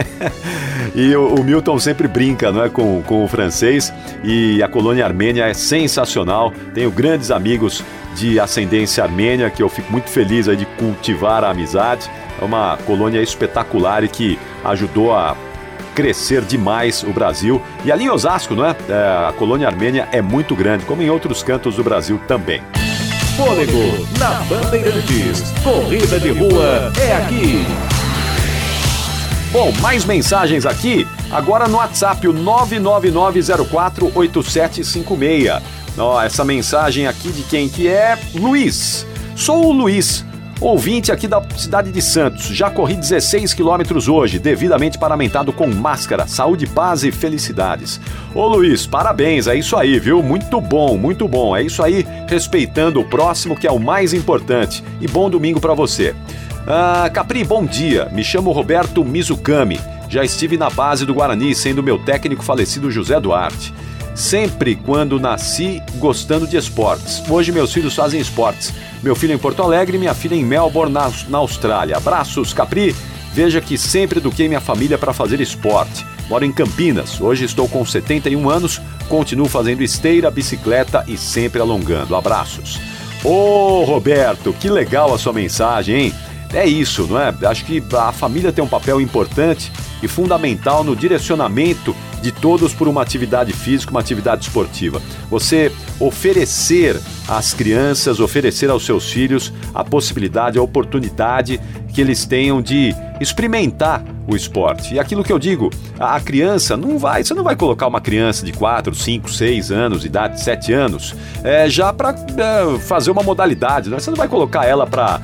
S4: E o, o Milton sempre brinca, não é, com, com o francês, e a colônia armênia é sensacional. Tenho grandes amigos de ascendência armênia que eu fico muito feliz aí de cultivar a amizade. É uma colônia espetacular e que ajudou a crescer demais o Brasil. E ali em Osasco, não é? É, a colônia armênia é muito grande, como em outros cantos do Brasil também.
S13: Fôlego na Bandeirantes. Corrida de rua é aqui.
S4: Bom, mais mensagens aqui, agora no WhatsApp, o nove nove nove zero quatro oito sete cinco seis. Ó, essa mensagem aqui de quem que é? Luiz. Sou o Luiz, ouvinte aqui da cidade de Santos. Já corri dezesseis quilômetros hoje, devidamente paramentado com máscara. Saúde, paz e felicidades. Ô Luiz, parabéns, é isso aí, viu? Muito bom, muito bom. É isso aí, respeitando o próximo, que é o mais importante. E bom domingo pra você. Ah, Capri, bom dia. Me chamo Roberto Mizukami. Já estive na base do Guarani, sendo meu técnico falecido José Duarte. sempre quando nasci gostando de esportes. Hoje meus filhos fazem esportes. Meu filho em Porto Alegre e minha filha em Melbourne, na, na Austrália. Abraços, Capri. Veja que sempre eduquei minha família para fazer esporte. Moro em Campinas. Hoje estou com setenta e um anos. Continuo fazendo esteira, bicicleta e sempre alongando. Abraços. Ô, Roberto, que legal a sua mensagem, hein? É isso, não é? Acho que a família tem um papel importante e fundamental no direcionamento de todos por uma atividade física, uma atividade esportiva. Você oferecer às crianças, oferecer aos seus filhos a possibilidade, a oportunidade que eles tenham de experimentar o esporte. E aquilo que eu digo, a criança não vai, você não vai colocar uma criança de quatro, cinco, seis anos de idade, sete anos, é, já para é, fazer uma modalidade, né? Você não vai colocar ela para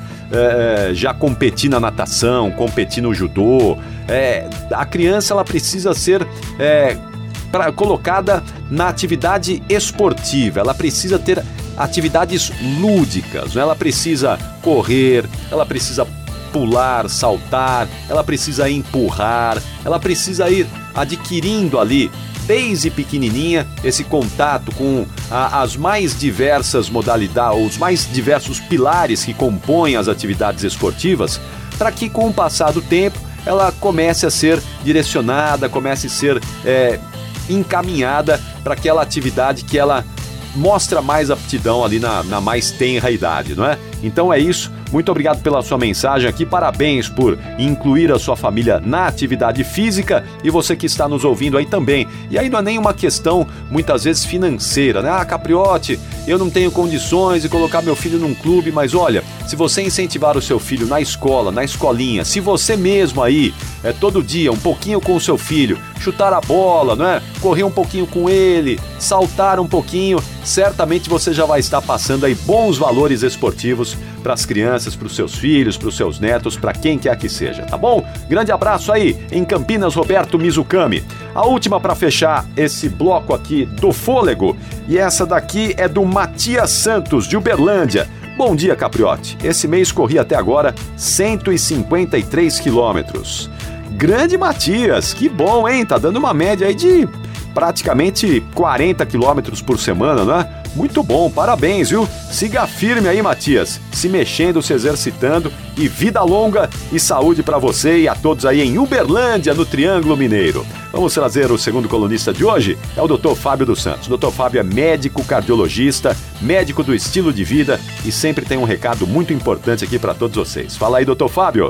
S4: é, já competir na natação, competir no judô. É, a criança ela precisa ser é, pra, colocada na atividade esportiva, ela precisa ter atividades lúdicas, né? Ela precisa correr, ela precisa pular, saltar, ela precisa empurrar, ela precisa ir adquirindo ali, desde pequenininha, esse contato com a, as mais diversas modalidades, os mais diversos pilares que compõem as atividades esportivas, para que com o passar do tempo ela comece a ser direcionada, comece a ser é, encaminhada para aquela atividade que ela mostra mais aptidão ali na, na mais tenra idade, não é? Então é isso. Muito obrigado pela sua mensagem aqui, parabéns por incluir a sua família na atividade física e você que está nos ouvindo aí também. E aí não é nem uma questão, muitas vezes, financeira, né? Ah, Capriotti, eu não tenho condições de colocar meu filho num clube, mas olha, se você incentivar o seu filho na escola, na escolinha, se você mesmo aí, é, todo dia, um pouquinho com o seu filho, chutar a bola, não é? Correr um pouquinho com ele, saltar um pouquinho, certamente você já vai estar passando aí bons valores esportivos para as crianças, para os seus filhos, para os seus netos, para quem quer que seja, tá bom? Grande abraço aí em Campinas, Roberto Mizukami. A última para fechar esse bloco aqui do Fôlego, e essa daqui é do Matias Santos, de Uberlândia. Bom dia, Capriotti. Esse mês corri até agora cento e cinquenta e três quilômetros. Grande Matias, que bom, hein? Tá dando uma média aí de praticamente quarenta quilômetros por semana, né? Muito bom, parabéns, viu? Siga firme aí, Matias, se mexendo, se exercitando, e vida longa e saúde para você e a todos aí em Uberlândia, no Triângulo Mineiro. Vamos trazer o segundo colunista de hoje, é o doutor Fábio dos Santos. O doutor Fábio é médico cardiologista, médico do estilo de vida e sempre tem um recado muito importante aqui para todos vocês. Fala aí, doutor Fábio.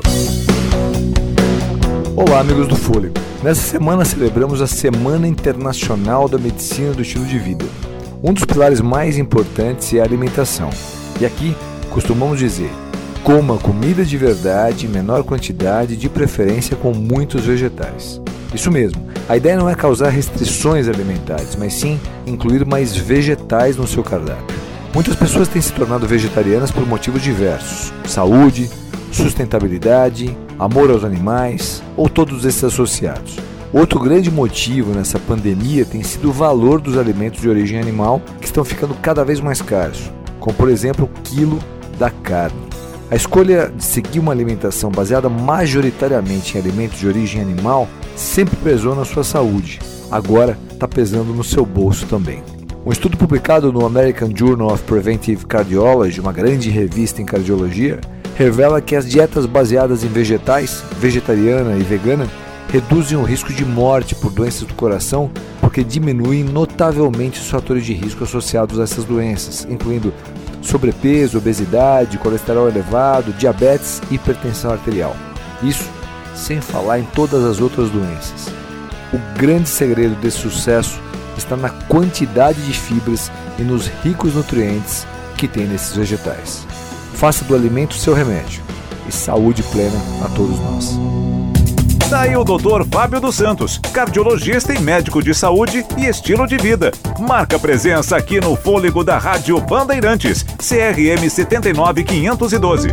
S15: Olá, amigos do Fôlego. Nessa semana celebramos a Semana Internacional da Medicina do Estilo de Vida. Um dos pilares mais importantes é a alimentação. E aqui costumamos dizer, coma comida de verdade em menor quantidade, de preferência com muitos vegetais. Isso mesmo, a ideia não é causar restrições alimentares, mas sim incluir mais vegetais no seu cardápio. Muitas pessoas têm se tornado vegetarianas por motivos diversos: saúde, sustentabilidade, amor aos animais ou todos esses associados. Outro grande motivo nessa pandemia tem sido o valor dos alimentos de origem animal, que estão ficando cada vez mais caros, como por exemplo o quilo da carne. A escolha de seguir uma alimentação baseada majoritariamente em alimentos de origem animal sempre pesou na sua saúde, agora está pesando no seu bolso também. Um estudo publicado no American Journal of Preventive Cardiology, uma grande revista em cardiologia, revela que as dietas baseadas em vegetais, vegetariana e vegana, reduzem o risco de morte por doenças do coração porque diminuem notavelmente os fatores de risco associados a essas doenças, incluindo sobrepeso, obesidade, colesterol elevado, diabetes e hipertensão arterial. Isso sem falar em todas as outras doenças. O grande segredo desse sucesso está na quantidade de fibras e nos ricos nutrientes que tem nesses vegetais. Faça do alimento seu remédio e saúde plena a todos nós.
S13: Daí o doutor Fábio dos Santos, cardiologista e médico de saúde e estilo de vida. Marca presença aqui no Fôlego da Rádio Bandeirantes, C R M sete nove quinhentos e doze.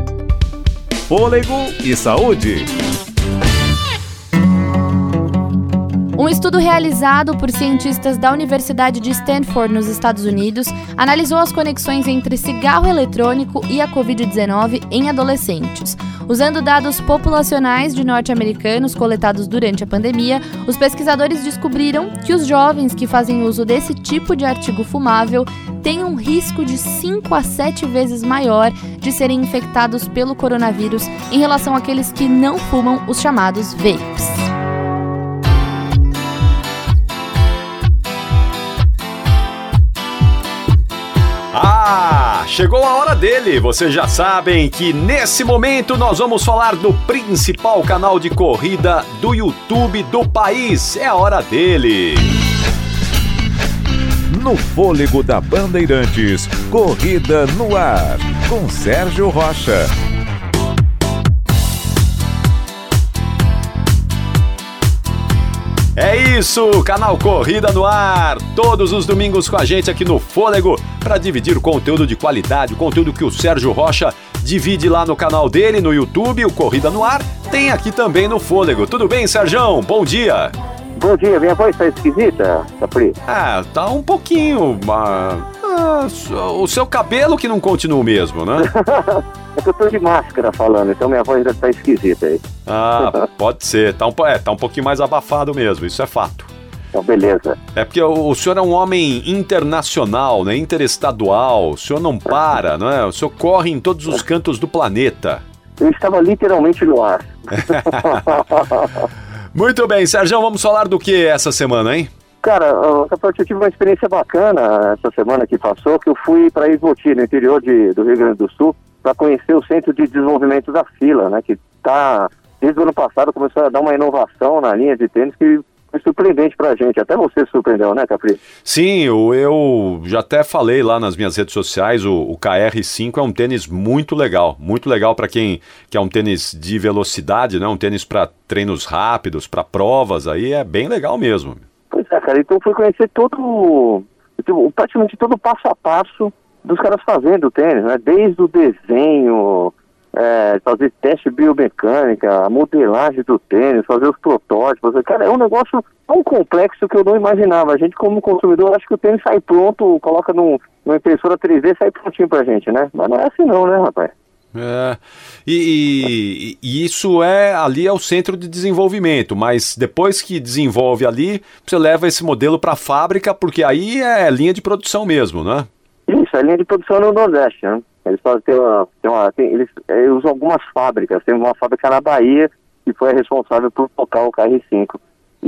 S13: Fôlego e saúde.
S7: Um Um estudo realizado por cientistas da Universidade de Stanford, nos Estados Unidos, analisou as conexões entre cigarro eletrônico e a covid dezenove em adolescentes. Usando dados populacionais de norte-americanos coletados durante a pandemia, os pesquisadores descobriram que os jovens que fazem uso desse tipo de artigo fumável têm um risco de cinco a sete vezes maior de serem infectados pelo coronavírus em relação àqueles que não fumam, os chamados vapes.
S4: Ah, chegou a hora dele! Vocês já sabem que nesse momento nós vamos falar do principal canal de corrida do YouTube do país. É a hora dele!
S13: No Fôlego da Bandeirantes, Corrida no Ar, com Sérgio Rocha.
S4: É isso, canal Corrida no Ar, todos os domingos com a gente aqui no Fôlego, para dividir o conteúdo de qualidade, o conteúdo que o Sérgio Rocha divide lá no canal dele, no YouTube, o Corrida no Ar, tem aqui também no Fôlego. Tudo bem, Sérgio? Bom dia!
S16: Bom dia, minha voz tá esquisita, Capri?
S4: Ah, tá um pouquinho, mas... Ah, o seu cabelo que não continua o mesmo, né?
S16: É que eu tô de máscara falando, então minha voz deve tá esquisita aí.
S4: Ah, pode ser, tá um, é, tá um pouquinho mais abafado mesmo, isso é fato.
S16: Então, beleza.
S4: É porque o, o senhor é um homem internacional, né? Interestadual, o senhor não para, não é? O senhor corre em todos os cantos do planeta.
S16: Eu estava literalmente no ar.
S4: Muito bem, Sérgio, vamos falar do que essa semana, hein?
S16: Cara, eu tive uma experiência bacana essa semana que passou, que eu fui para Ivoti, no interior de, do Rio Grande do Sul, para conhecer o Centro de Desenvolvimento da Fila, né? Que tá, desde o ano passado, começou a dar uma inovação na linha de tênis que foi surpreendente pra gente. Até você surpreendeu, né, Capri?
S4: Sim, eu, eu já até falei lá nas minhas redes sociais, o, o K R cinco é um tênis muito legal, muito legal para quem quer um tênis de velocidade, né? Um tênis para treinos rápidos, para provas, aí é bem legal mesmo.
S16: Pois é, cara, então fui conhecer todo, praticamente todo o passo a passo dos caras fazendo o tênis, né? Desde o desenho, é, fazer teste biomecânica, a modelagem do tênis, fazer os protótipos. Cara, é um negócio tão complexo que eu não imaginava. A gente, como consumidor, acha que o tênis sai pronto, coloca num, numa impressora três D e sai prontinho pra gente, né? Mas não é assim não, né, rapaz?
S4: É, e, e, e isso é, ali é o centro de desenvolvimento, mas depois que desenvolve ali, você leva esse modelo para a fábrica, porque aí é linha de produção mesmo, né?
S16: Isso, é linha de produção no Nordeste, né? Eles fazem, tem uma, tem uma, tem, eles, eles usam algumas fábricas, tem uma fábrica na Bahia que foi a responsável por tocar o K R cinco.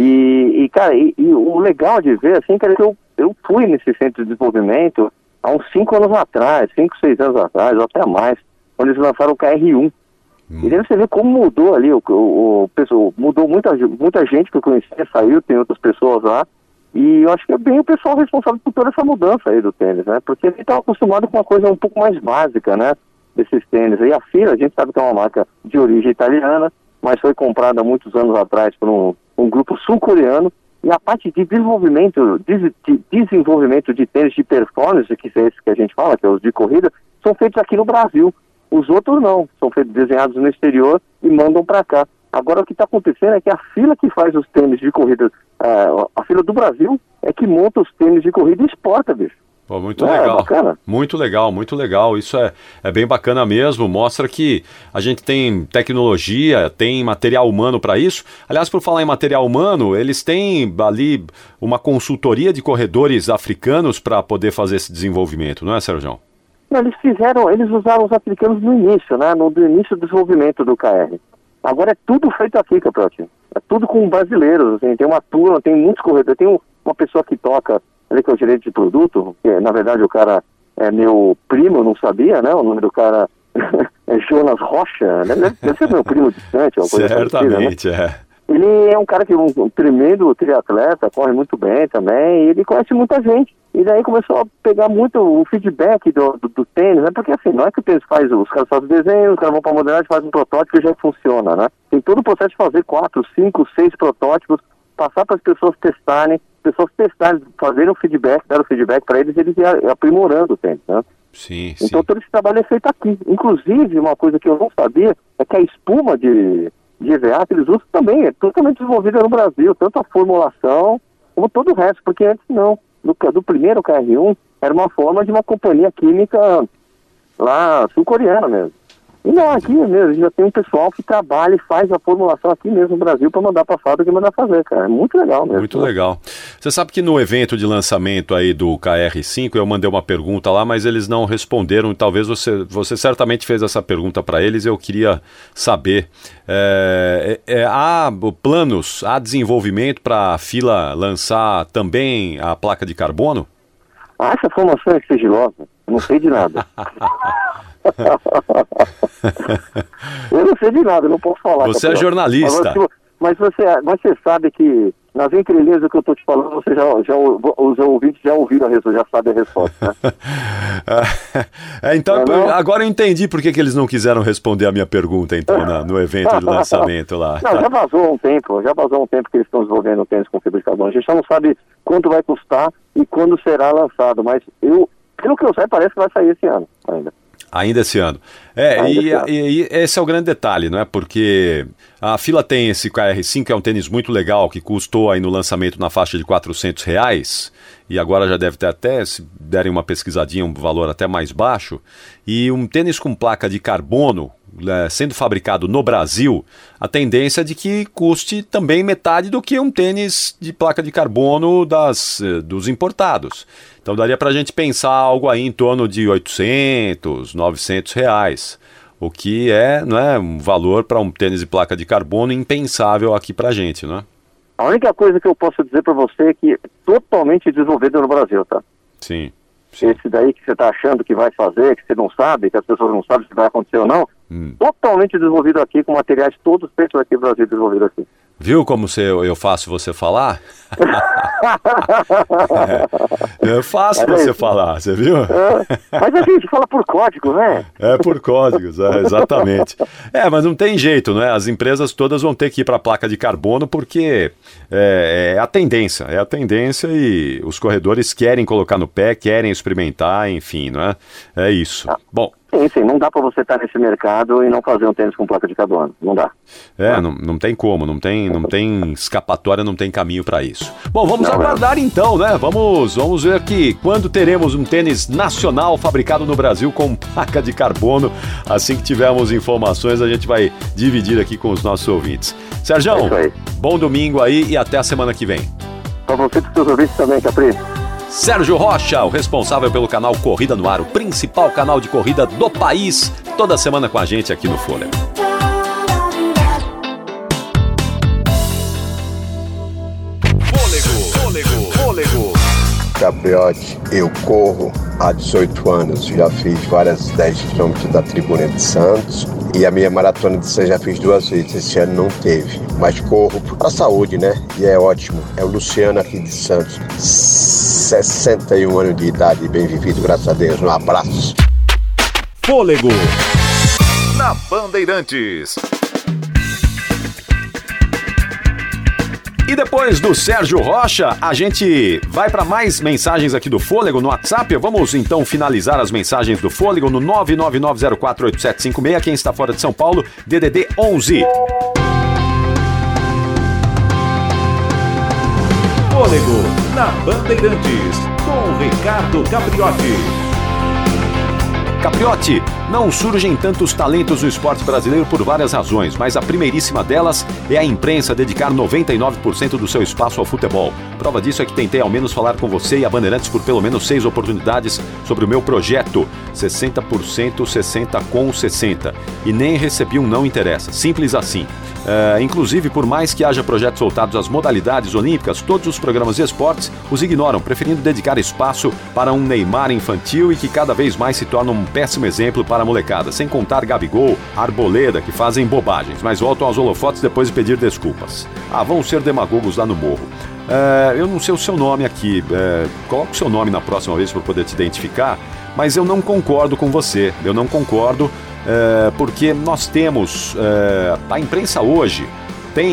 S16: E, e cara, e, e o legal de ver, assim, cara, que eu, eu fui nesse centro de desenvolvimento há uns cinco anos atrás, cinco, seis anos atrás, ou até mais, quando eles lançaram o K R um. Hum. E daí você vê como mudou ali, o, o, o, o, mudou muita, muita gente que eu conhecia, saiu, tem outras pessoas lá, e eu acho que é bem o pessoal responsável por toda essa mudança aí do tênis, né? Porque ele estava acostumado com uma coisa um pouco mais básica, né? Desses tênis. E a Fila, a gente sabe que é uma marca de origem italiana, mas foi comprada há muitos anos atrás por um, um grupo sul-coreano, e a parte de desenvolvimento, de, de desenvolvimento de tênis de performance, que é esse que a gente fala, que é os de corrida, são feitos aqui no Brasil. Os outros não, são feitos, desenhados no exterior e mandam para cá. Agora o que está acontecendo é que a Fila que faz os tênis de corrida, uh, a Fila do Brasil é que monta os tênis de corrida e exporta, bicho.
S4: Pô, muito
S16: é,
S4: legal,
S16: bacana.
S4: muito legal, muito legal, isso é, é bem bacana mesmo, mostra que a gente tem tecnologia, tem material humano para isso. Aliás, por falar em material humano, eles têm ali uma consultoria de corredores africanos para poder fazer esse desenvolvimento, não é, Sérgio?
S16: Não, eles fizeram, eles usaram os africanos no início, né? No, no início do desenvolvimento do K R. Agora é tudo feito aqui, Caprotti. É tudo com brasileiros, assim, tem uma turma, tem muitos corredores, tem um, uma pessoa que toca, ele que é o gerente de produto, que na verdade o cara é meu primo, eu não sabia, né? O nome do cara é Jonas Rocha, né? Deve ser meu primo distante, uma coisa
S4: certamente,
S16: parecida, né?
S4: é.
S16: Ele é um cara que é um, um tremendo triatleta, corre muito bem também, e ele conhece muita gente. E daí começou a pegar muito o feedback do, do, do tênis, né? Porque assim, não é que o tênis faz, os caras fazem desenho, os caras vão para a modelagem, fazem um protótipo e já funciona, né? Tem todo o processo de fazer quatro, cinco, seis protótipos, passar para as pessoas testarem, as pessoas testarem, fazerem o feedback, dar o feedback para eles, eles iam aprimorando o tênis, né?
S4: Sim,
S16: então
S4: sim.
S16: todo esse trabalho é feito aqui. Inclusive, uma coisa que eu não sabia é que a espuma de, de E V A que eles usam também é totalmente desenvolvida no Brasil, tanto a formulação como todo o resto, porque antes não. Do, do primeiro K R um era uma forma de uma companhia química lá sul-coreana mesmo. E não, aqui mesmo, já tem um pessoal que trabalha e faz a formulação aqui mesmo no Brasil para mandar para a fábrica e mandar fazer, cara. É muito legal mesmo.
S4: Muito legal. Você sabe que no evento de lançamento aí do K R cinco, eu mandei uma pergunta lá, mas eles não responderam. Talvez você, você certamente fez essa pergunta para eles, eu queria saber. É, é, há planos, há desenvolvimento para a Fila lançar também a placa de carbono?
S16: Ah, essa formação é sigilosa, eu não sei de nada. Eu não sei de nada, eu não posso falar.
S4: Você é jornalista.
S16: Mas você, mas você sabe que nas entrelinhas do que eu estou te falando, você já, já, os ouvintes já ouviram a resposta, já sabem a resposta, né?
S4: é, então,
S16: não, não?
S4: agora eu entendi por que, que eles não quiseram responder a minha pergunta, então, na, no evento de lançamento lá.
S16: Não, já vazou um tempo, já vazou um tempo que eles estão desenvolvendo o tênis com fibra de carbono. A gente já não sabe quanto vai custar e quando será lançado, mas eu, pelo que eu sei, parece que vai sair esse ano ainda.
S4: Ainda esse ano. É, e,
S16: esse ano.
S4: E, e esse é o grande detalhe, não é? Porque a Fila tem esse K R cinco, que é um tênis muito legal, que custou aí no lançamento na faixa de quatrocentos reais, e agora já deve ter até, se derem uma pesquisadinha, um valor até mais baixo, e um tênis com placa de carbono, é, sendo fabricado no Brasil, a tendência é de que custe também metade do que um tênis de placa de carbono das, dos importados. Então daria para a gente pensar algo aí em torno de oitocentos, novecentos reais, o que é, não é, um valor para um tênis de placa de carbono impensável aqui para a gente, não é?
S16: A única coisa que eu posso dizer para você é que é totalmente desenvolvido no Brasil, tá?
S4: Sim.
S16: Sim. Esse daí que você está achando que vai fazer, que você não sabe, que as pessoas não sabem se vai acontecer ou não, hum. totalmente desenvolvido aqui, com materiais todos feitos aqui no Brasil, desenvolvido aqui.
S4: Viu como você, eu faço você falar? é, é fácil mas você é falar, você viu?
S16: É, mas a gente fala por código, né?
S4: É, por códigos, é, exatamente. É, mas não tem jeito, né? As empresas todas vão ter que ir para a placa de carbono porque é, é a tendência, é a tendência e os corredores querem colocar no pé, querem experimentar, enfim, não é? É isso.
S16: Ah.
S4: Bom.
S16: Sim, sim, não dá para você estar nesse mercado e não fazer um tênis com placa de carbono, não dá.
S4: É, não, não tem como, não tem, não tem escapatória, não tem caminho para isso. Bom, vamos não, aguardar não. então, né? Vamos, vamos ver que quando teremos um tênis nacional fabricado no Brasil com placa de carbono, assim que tivermos informações a gente vai dividir aqui com os nossos ouvintes. Serjão, é bom domingo aí e até a semana que vem.
S16: Para você e para os seus ouvintes também, Capri.
S4: Sérgio Rocha, o responsável pelo canal Corrida no Ar, o principal canal de corrida do país, toda semana com a gente aqui no Fôlego.
S13: Fôlego, fôlego, fôlego.
S17: Capriotti, eu corro há dezoito anos, já fiz várias dez quilômetros da Tribuna de Santos e a minha maratona de Santos já fiz duas vezes, esse ano não teve, mas corro para saúde, né? E é ótimo. É o Luciano aqui de Santos, sessenta e um anos de idade, bem vivido, graças a Deus. Um abraço.
S13: Fôlego na Bandeirantes.
S4: E depois do Sérgio Rocha, a gente vai para mais mensagens aqui do Fôlego no WhatsApp. Vamos então finalizar as mensagens do Fôlego no nove nove nove zero quatro oito sete cinco seis. Quem está fora de São Paulo, D D D onze.
S13: Fôlego na Bandeirantes, com Ricardo Capriotti.
S4: Capriotti, não surgem tantos talentos no esporte brasileiro por várias razões, mas a primeiríssima delas é a imprensa dedicar noventa e nove por cento do seu espaço ao futebol. Prova disso é que tentei ao menos falar com você e a Bandeirantes por pelo menos seis oportunidades sobre o meu projeto, sessenta por cento, sessenta com sessenta, e nem recebi um não interessa, simples assim. Uh, inclusive, por mais que haja projetos voltados às modalidades olímpicas, todos os programas de esportes os ignoram, preferindo dedicar espaço para um Neymar infantil e que cada vez mais se torna um péssimo exemplo para a molecada, sem contar Gabigol, Arboleda, que fazem bobagens, mas voltam aos holofotes depois de pedir desculpas. Ah, vão ser demagogos lá no morro. Uh, eu não sei o seu nome aqui, uh, coloca o seu nome na próxima vez para poder te identificar, mas eu não concordo com você, eu não concordo. É, porque nós temos, é, a imprensa hoje tem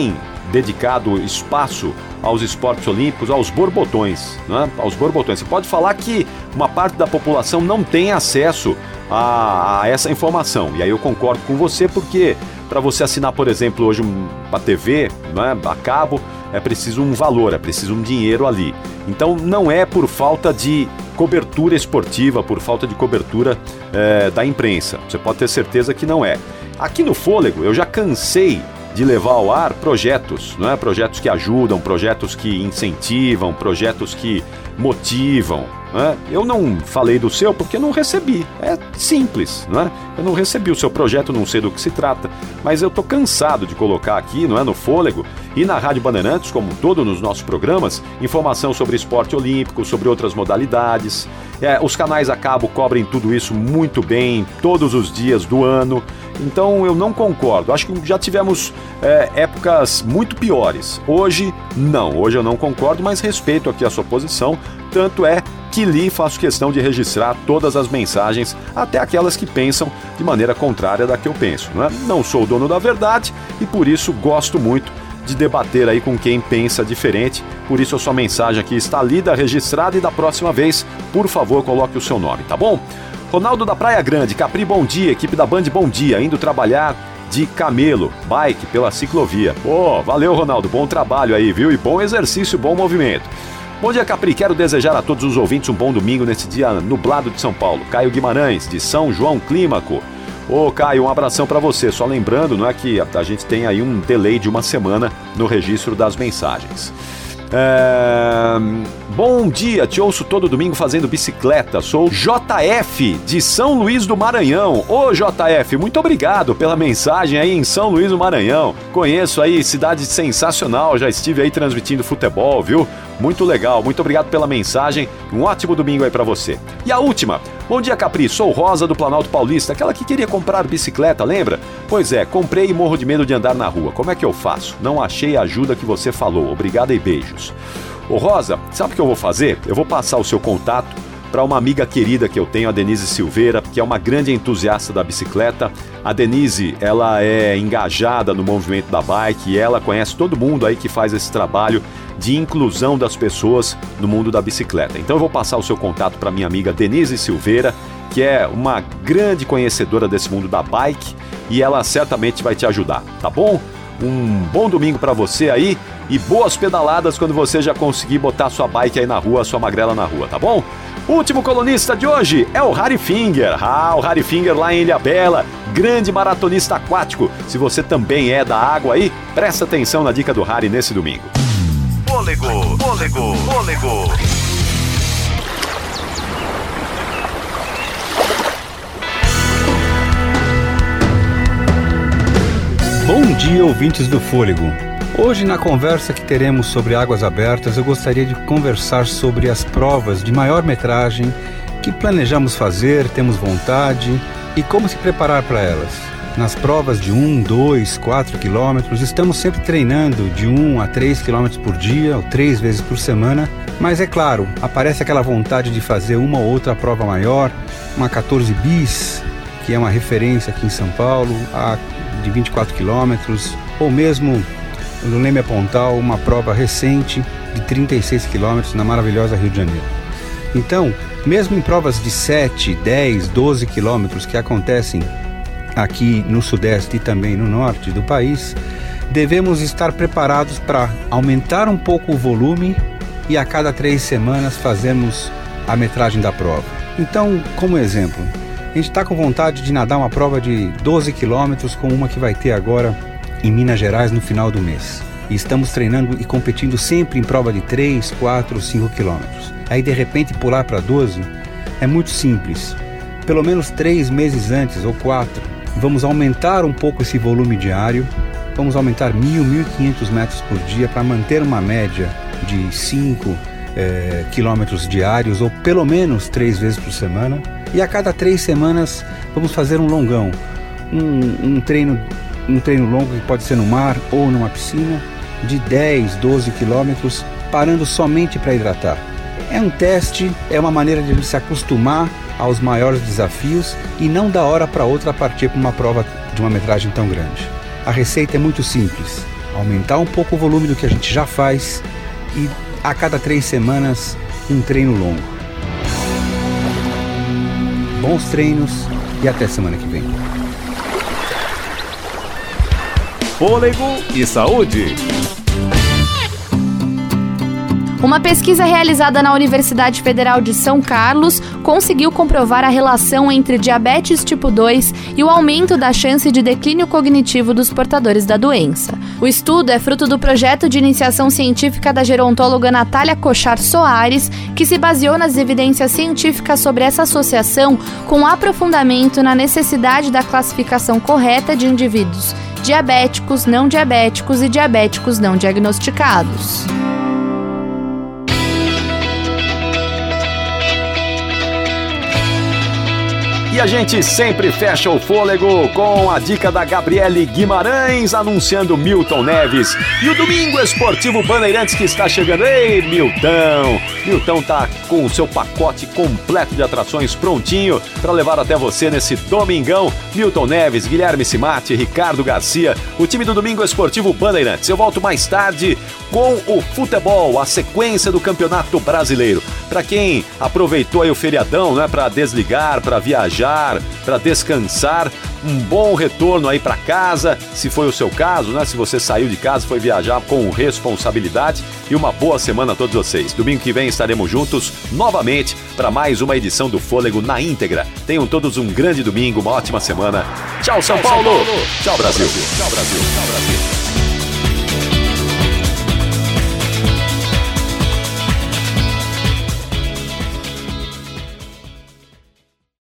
S4: dedicado espaço aos esportes olímpicos, aos borbotões, né? Aos borbotões. Você pode falar que uma parte da população não tem acesso a, a essa informação, e aí eu concordo com você, porque para você assinar, por exemplo, hoje um, a T V, né, a cabo, é preciso um valor, é preciso um dinheiro ali. Então não é por falta de cobertura esportiva, por falta de cobertura é, da imprensa. Você pode ter certeza que não é. Aqui no Fôlego eu já cansei de levar ao ar projetos, não é? Projetos que ajudam, projetos que incentivam, projetos que motivam. Não é? Eu não falei do seu porque não recebi, é simples, não é? Eu não recebi o seu projeto, não sei do que se trata, mas eu tô cansado de colocar aqui, não é, no Fôlego e na Rádio Bandeirantes, como um todo, nos nossos programas, informação sobre esporte olímpico, sobre outras modalidades. É, os canais a cabo cobrem tudo isso muito bem, todos os dias do ano. Então eu não concordo, acho que já tivemos é, épocas muito piores. Hoje não, hoje eu não concordo, mas respeito aqui a sua posição. Tanto é que li e faço questão de registrar todas as mensagens, até aquelas que pensam de maneira contrária da que eu penso, não é? Não sou o dono da verdade e por isso gosto muito de debater aí com quem pensa diferente. Por isso a sua mensagem aqui está lida, registrada, e da próxima vez, por favor, coloque o seu nome, tá bom? Ronaldo da Praia Grande, Capri, bom dia, equipe da Band, bom dia, indo trabalhar de camelo, bike pela ciclovia. Pô, oh, valeu, Ronaldo, bom trabalho aí, viu? E bom exercício, bom movimento. Bom dia, Capri, quero desejar a todos os ouvintes um bom domingo nesse dia nublado de São Paulo. Caio Guimarães, de São João Clímaco. Ô, Caio, um abração pra você. Só lembrando, não é, que a gente tem aí um delay de uma semana no registro das mensagens. É... Bom dia, te ouço todo domingo fazendo bicicleta. Sou J F de São Luís do Maranhão. Ô J F, muito obrigado pela mensagem aí em São Luís do Maranhão. Conheço aí, cidade sensacional, já estive aí transmitindo futebol, viu? Muito legal, muito obrigado pela mensagem. Um ótimo domingo aí pra você. E a última. Bom dia, Capri, sou Rosa do Planalto Paulista, aquela que queria comprar bicicleta, lembra? Pois é, comprei e morro de medo de andar na rua. Como é que eu faço? Não achei a ajuda que você falou. Obrigado e beijos. Ô Rosa, sabe o que eu vou fazer? Eu vou passar o seu contato para uma amiga querida que eu tenho, a Denise Silveira, que é uma grande entusiasta da bicicleta. A Denise, ela é engajada no movimento da bike e ela conhece todo mundo aí que faz esse trabalho de inclusão das pessoas no mundo da bicicleta. Então eu vou passar o seu contato para minha amiga Denise Silveira, que é uma grande conhecedora desse mundo da bike, e ela certamente vai te ajudar, tá bom? Um bom domingo para você aí e boas pedaladas quando você já conseguir botar sua bike aí na rua, sua magrela na rua, tá bom? O último colunista de hoje é o Harry Finger. Ah, o Harry Finger lá em Ilhabela, grande maratonista aquático. Se você também é da água aí, presta atenção na dica do Harry nesse domingo.
S13: Fôlego, fôlego, fôlego.
S18: Bom dia, ouvintes do Fôlego. Hoje, na conversa que teremos sobre águas abertas, eu gostaria de conversar sobre as provas de maior metragem que planejamos fazer, temos vontade e como se preparar para elas. Nas provas de um, dois, quatro quilômetros, estamos sempre treinando de um a três quilômetros por dia, ou três vezes por semana, mas é claro, aparece aquela vontade de fazer uma ou outra prova maior, uma quatorze bis, que é uma referência aqui em São Paulo, a de vinte e quatro quilômetros, ou mesmo no Leme Pontal, uma prova recente de trinta e seis quilômetros na maravilhosa Rio de Janeiro. Então, mesmo em provas de sete, dez, doze quilômetros que acontecem aqui no sudeste e também no norte do país, devemos estar preparados para aumentar um pouco o volume e a cada três semanas fazermos a metragem da prova. Então, como exemplo, a gente está com vontade de nadar uma prova de doze quilômetros como uma que vai ter agora em Minas Gerais no final do mês. E estamos treinando e competindo sempre em prova de três, quatro, cinco quilômetros. Aí de repente pular para doze é muito simples. Pelo menos três meses antes ou quatro, vamos aumentar um pouco esse volume diário. Vamos aumentar mil, mil e quinhentos metros por dia para manter uma média de cinco é, quilômetros diários ou pelo menos três vezes por semana. E a cada três semanas vamos fazer um longão, um, um treino um treino longo que pode ser no mar ou numa piscina, de dez, doze quilômetros, parando somente para hidratar. É um teste, é uma maneira de a gente se acostumar aos maiores desafios e não da hora para outra partir para uma prova de uma metragem tão grande. A receita é muito simples. aumentar um pouco o volume do que a gente já faz e a cada três semanas um treino longo. Bons treinos e até semana que vem.
S13: Fôlego e saúde.
S7: Uma pesquisa realizada na Universidade Federal de São Carlos conseguiu comprovar a relação entre diabetes tipo dois e o aumento da chance de declínio cognitivo dos portadores da doença. O estudo é fruto do projeto de iniciação científica da gerontóloga Natália Cochar Soares, que se baseou nas evidências científicas sobre essa associação, com aprofundamento na necessidade da classificação correta de indivíduos diabéticos, não diabéticos e diabéticos não diagnosticados.
S4: E a gente sempre fecha o fôlego com a dica da Gabriele Guimarães anunciando Milton Neves e o Domingo Esportivo Bandeirantes que está chegando. Ei, Milton! Milton tá com o seu pacote completo de atrações prontinho para levar até você nesse domingão. Milton Neves, Guilherme Simati, Ricardo Garcia, o time do Domingo Esportivo Bandeirantes. Eu volto mais tarde com o futebol, a sequência do Campeonato Brasileiro. Para quem aproveitou aí o feriadão, né, para desligar, para viajar, para descansar, um bom retorno aí para casa, se foi o seu caso, né? Se você saiu de casa, foi viajar com responsabilidade, e uma boa semana a todos vocês. Domingo que vem estaremos juntos novamente para mais uma edição do Fôlego na íntegra. Tenham todos um grande domingo, uma ótima semana. Tchau, São Paulo! Tchau, Brasil! Tchau, Brasil! Tchau, Brasil!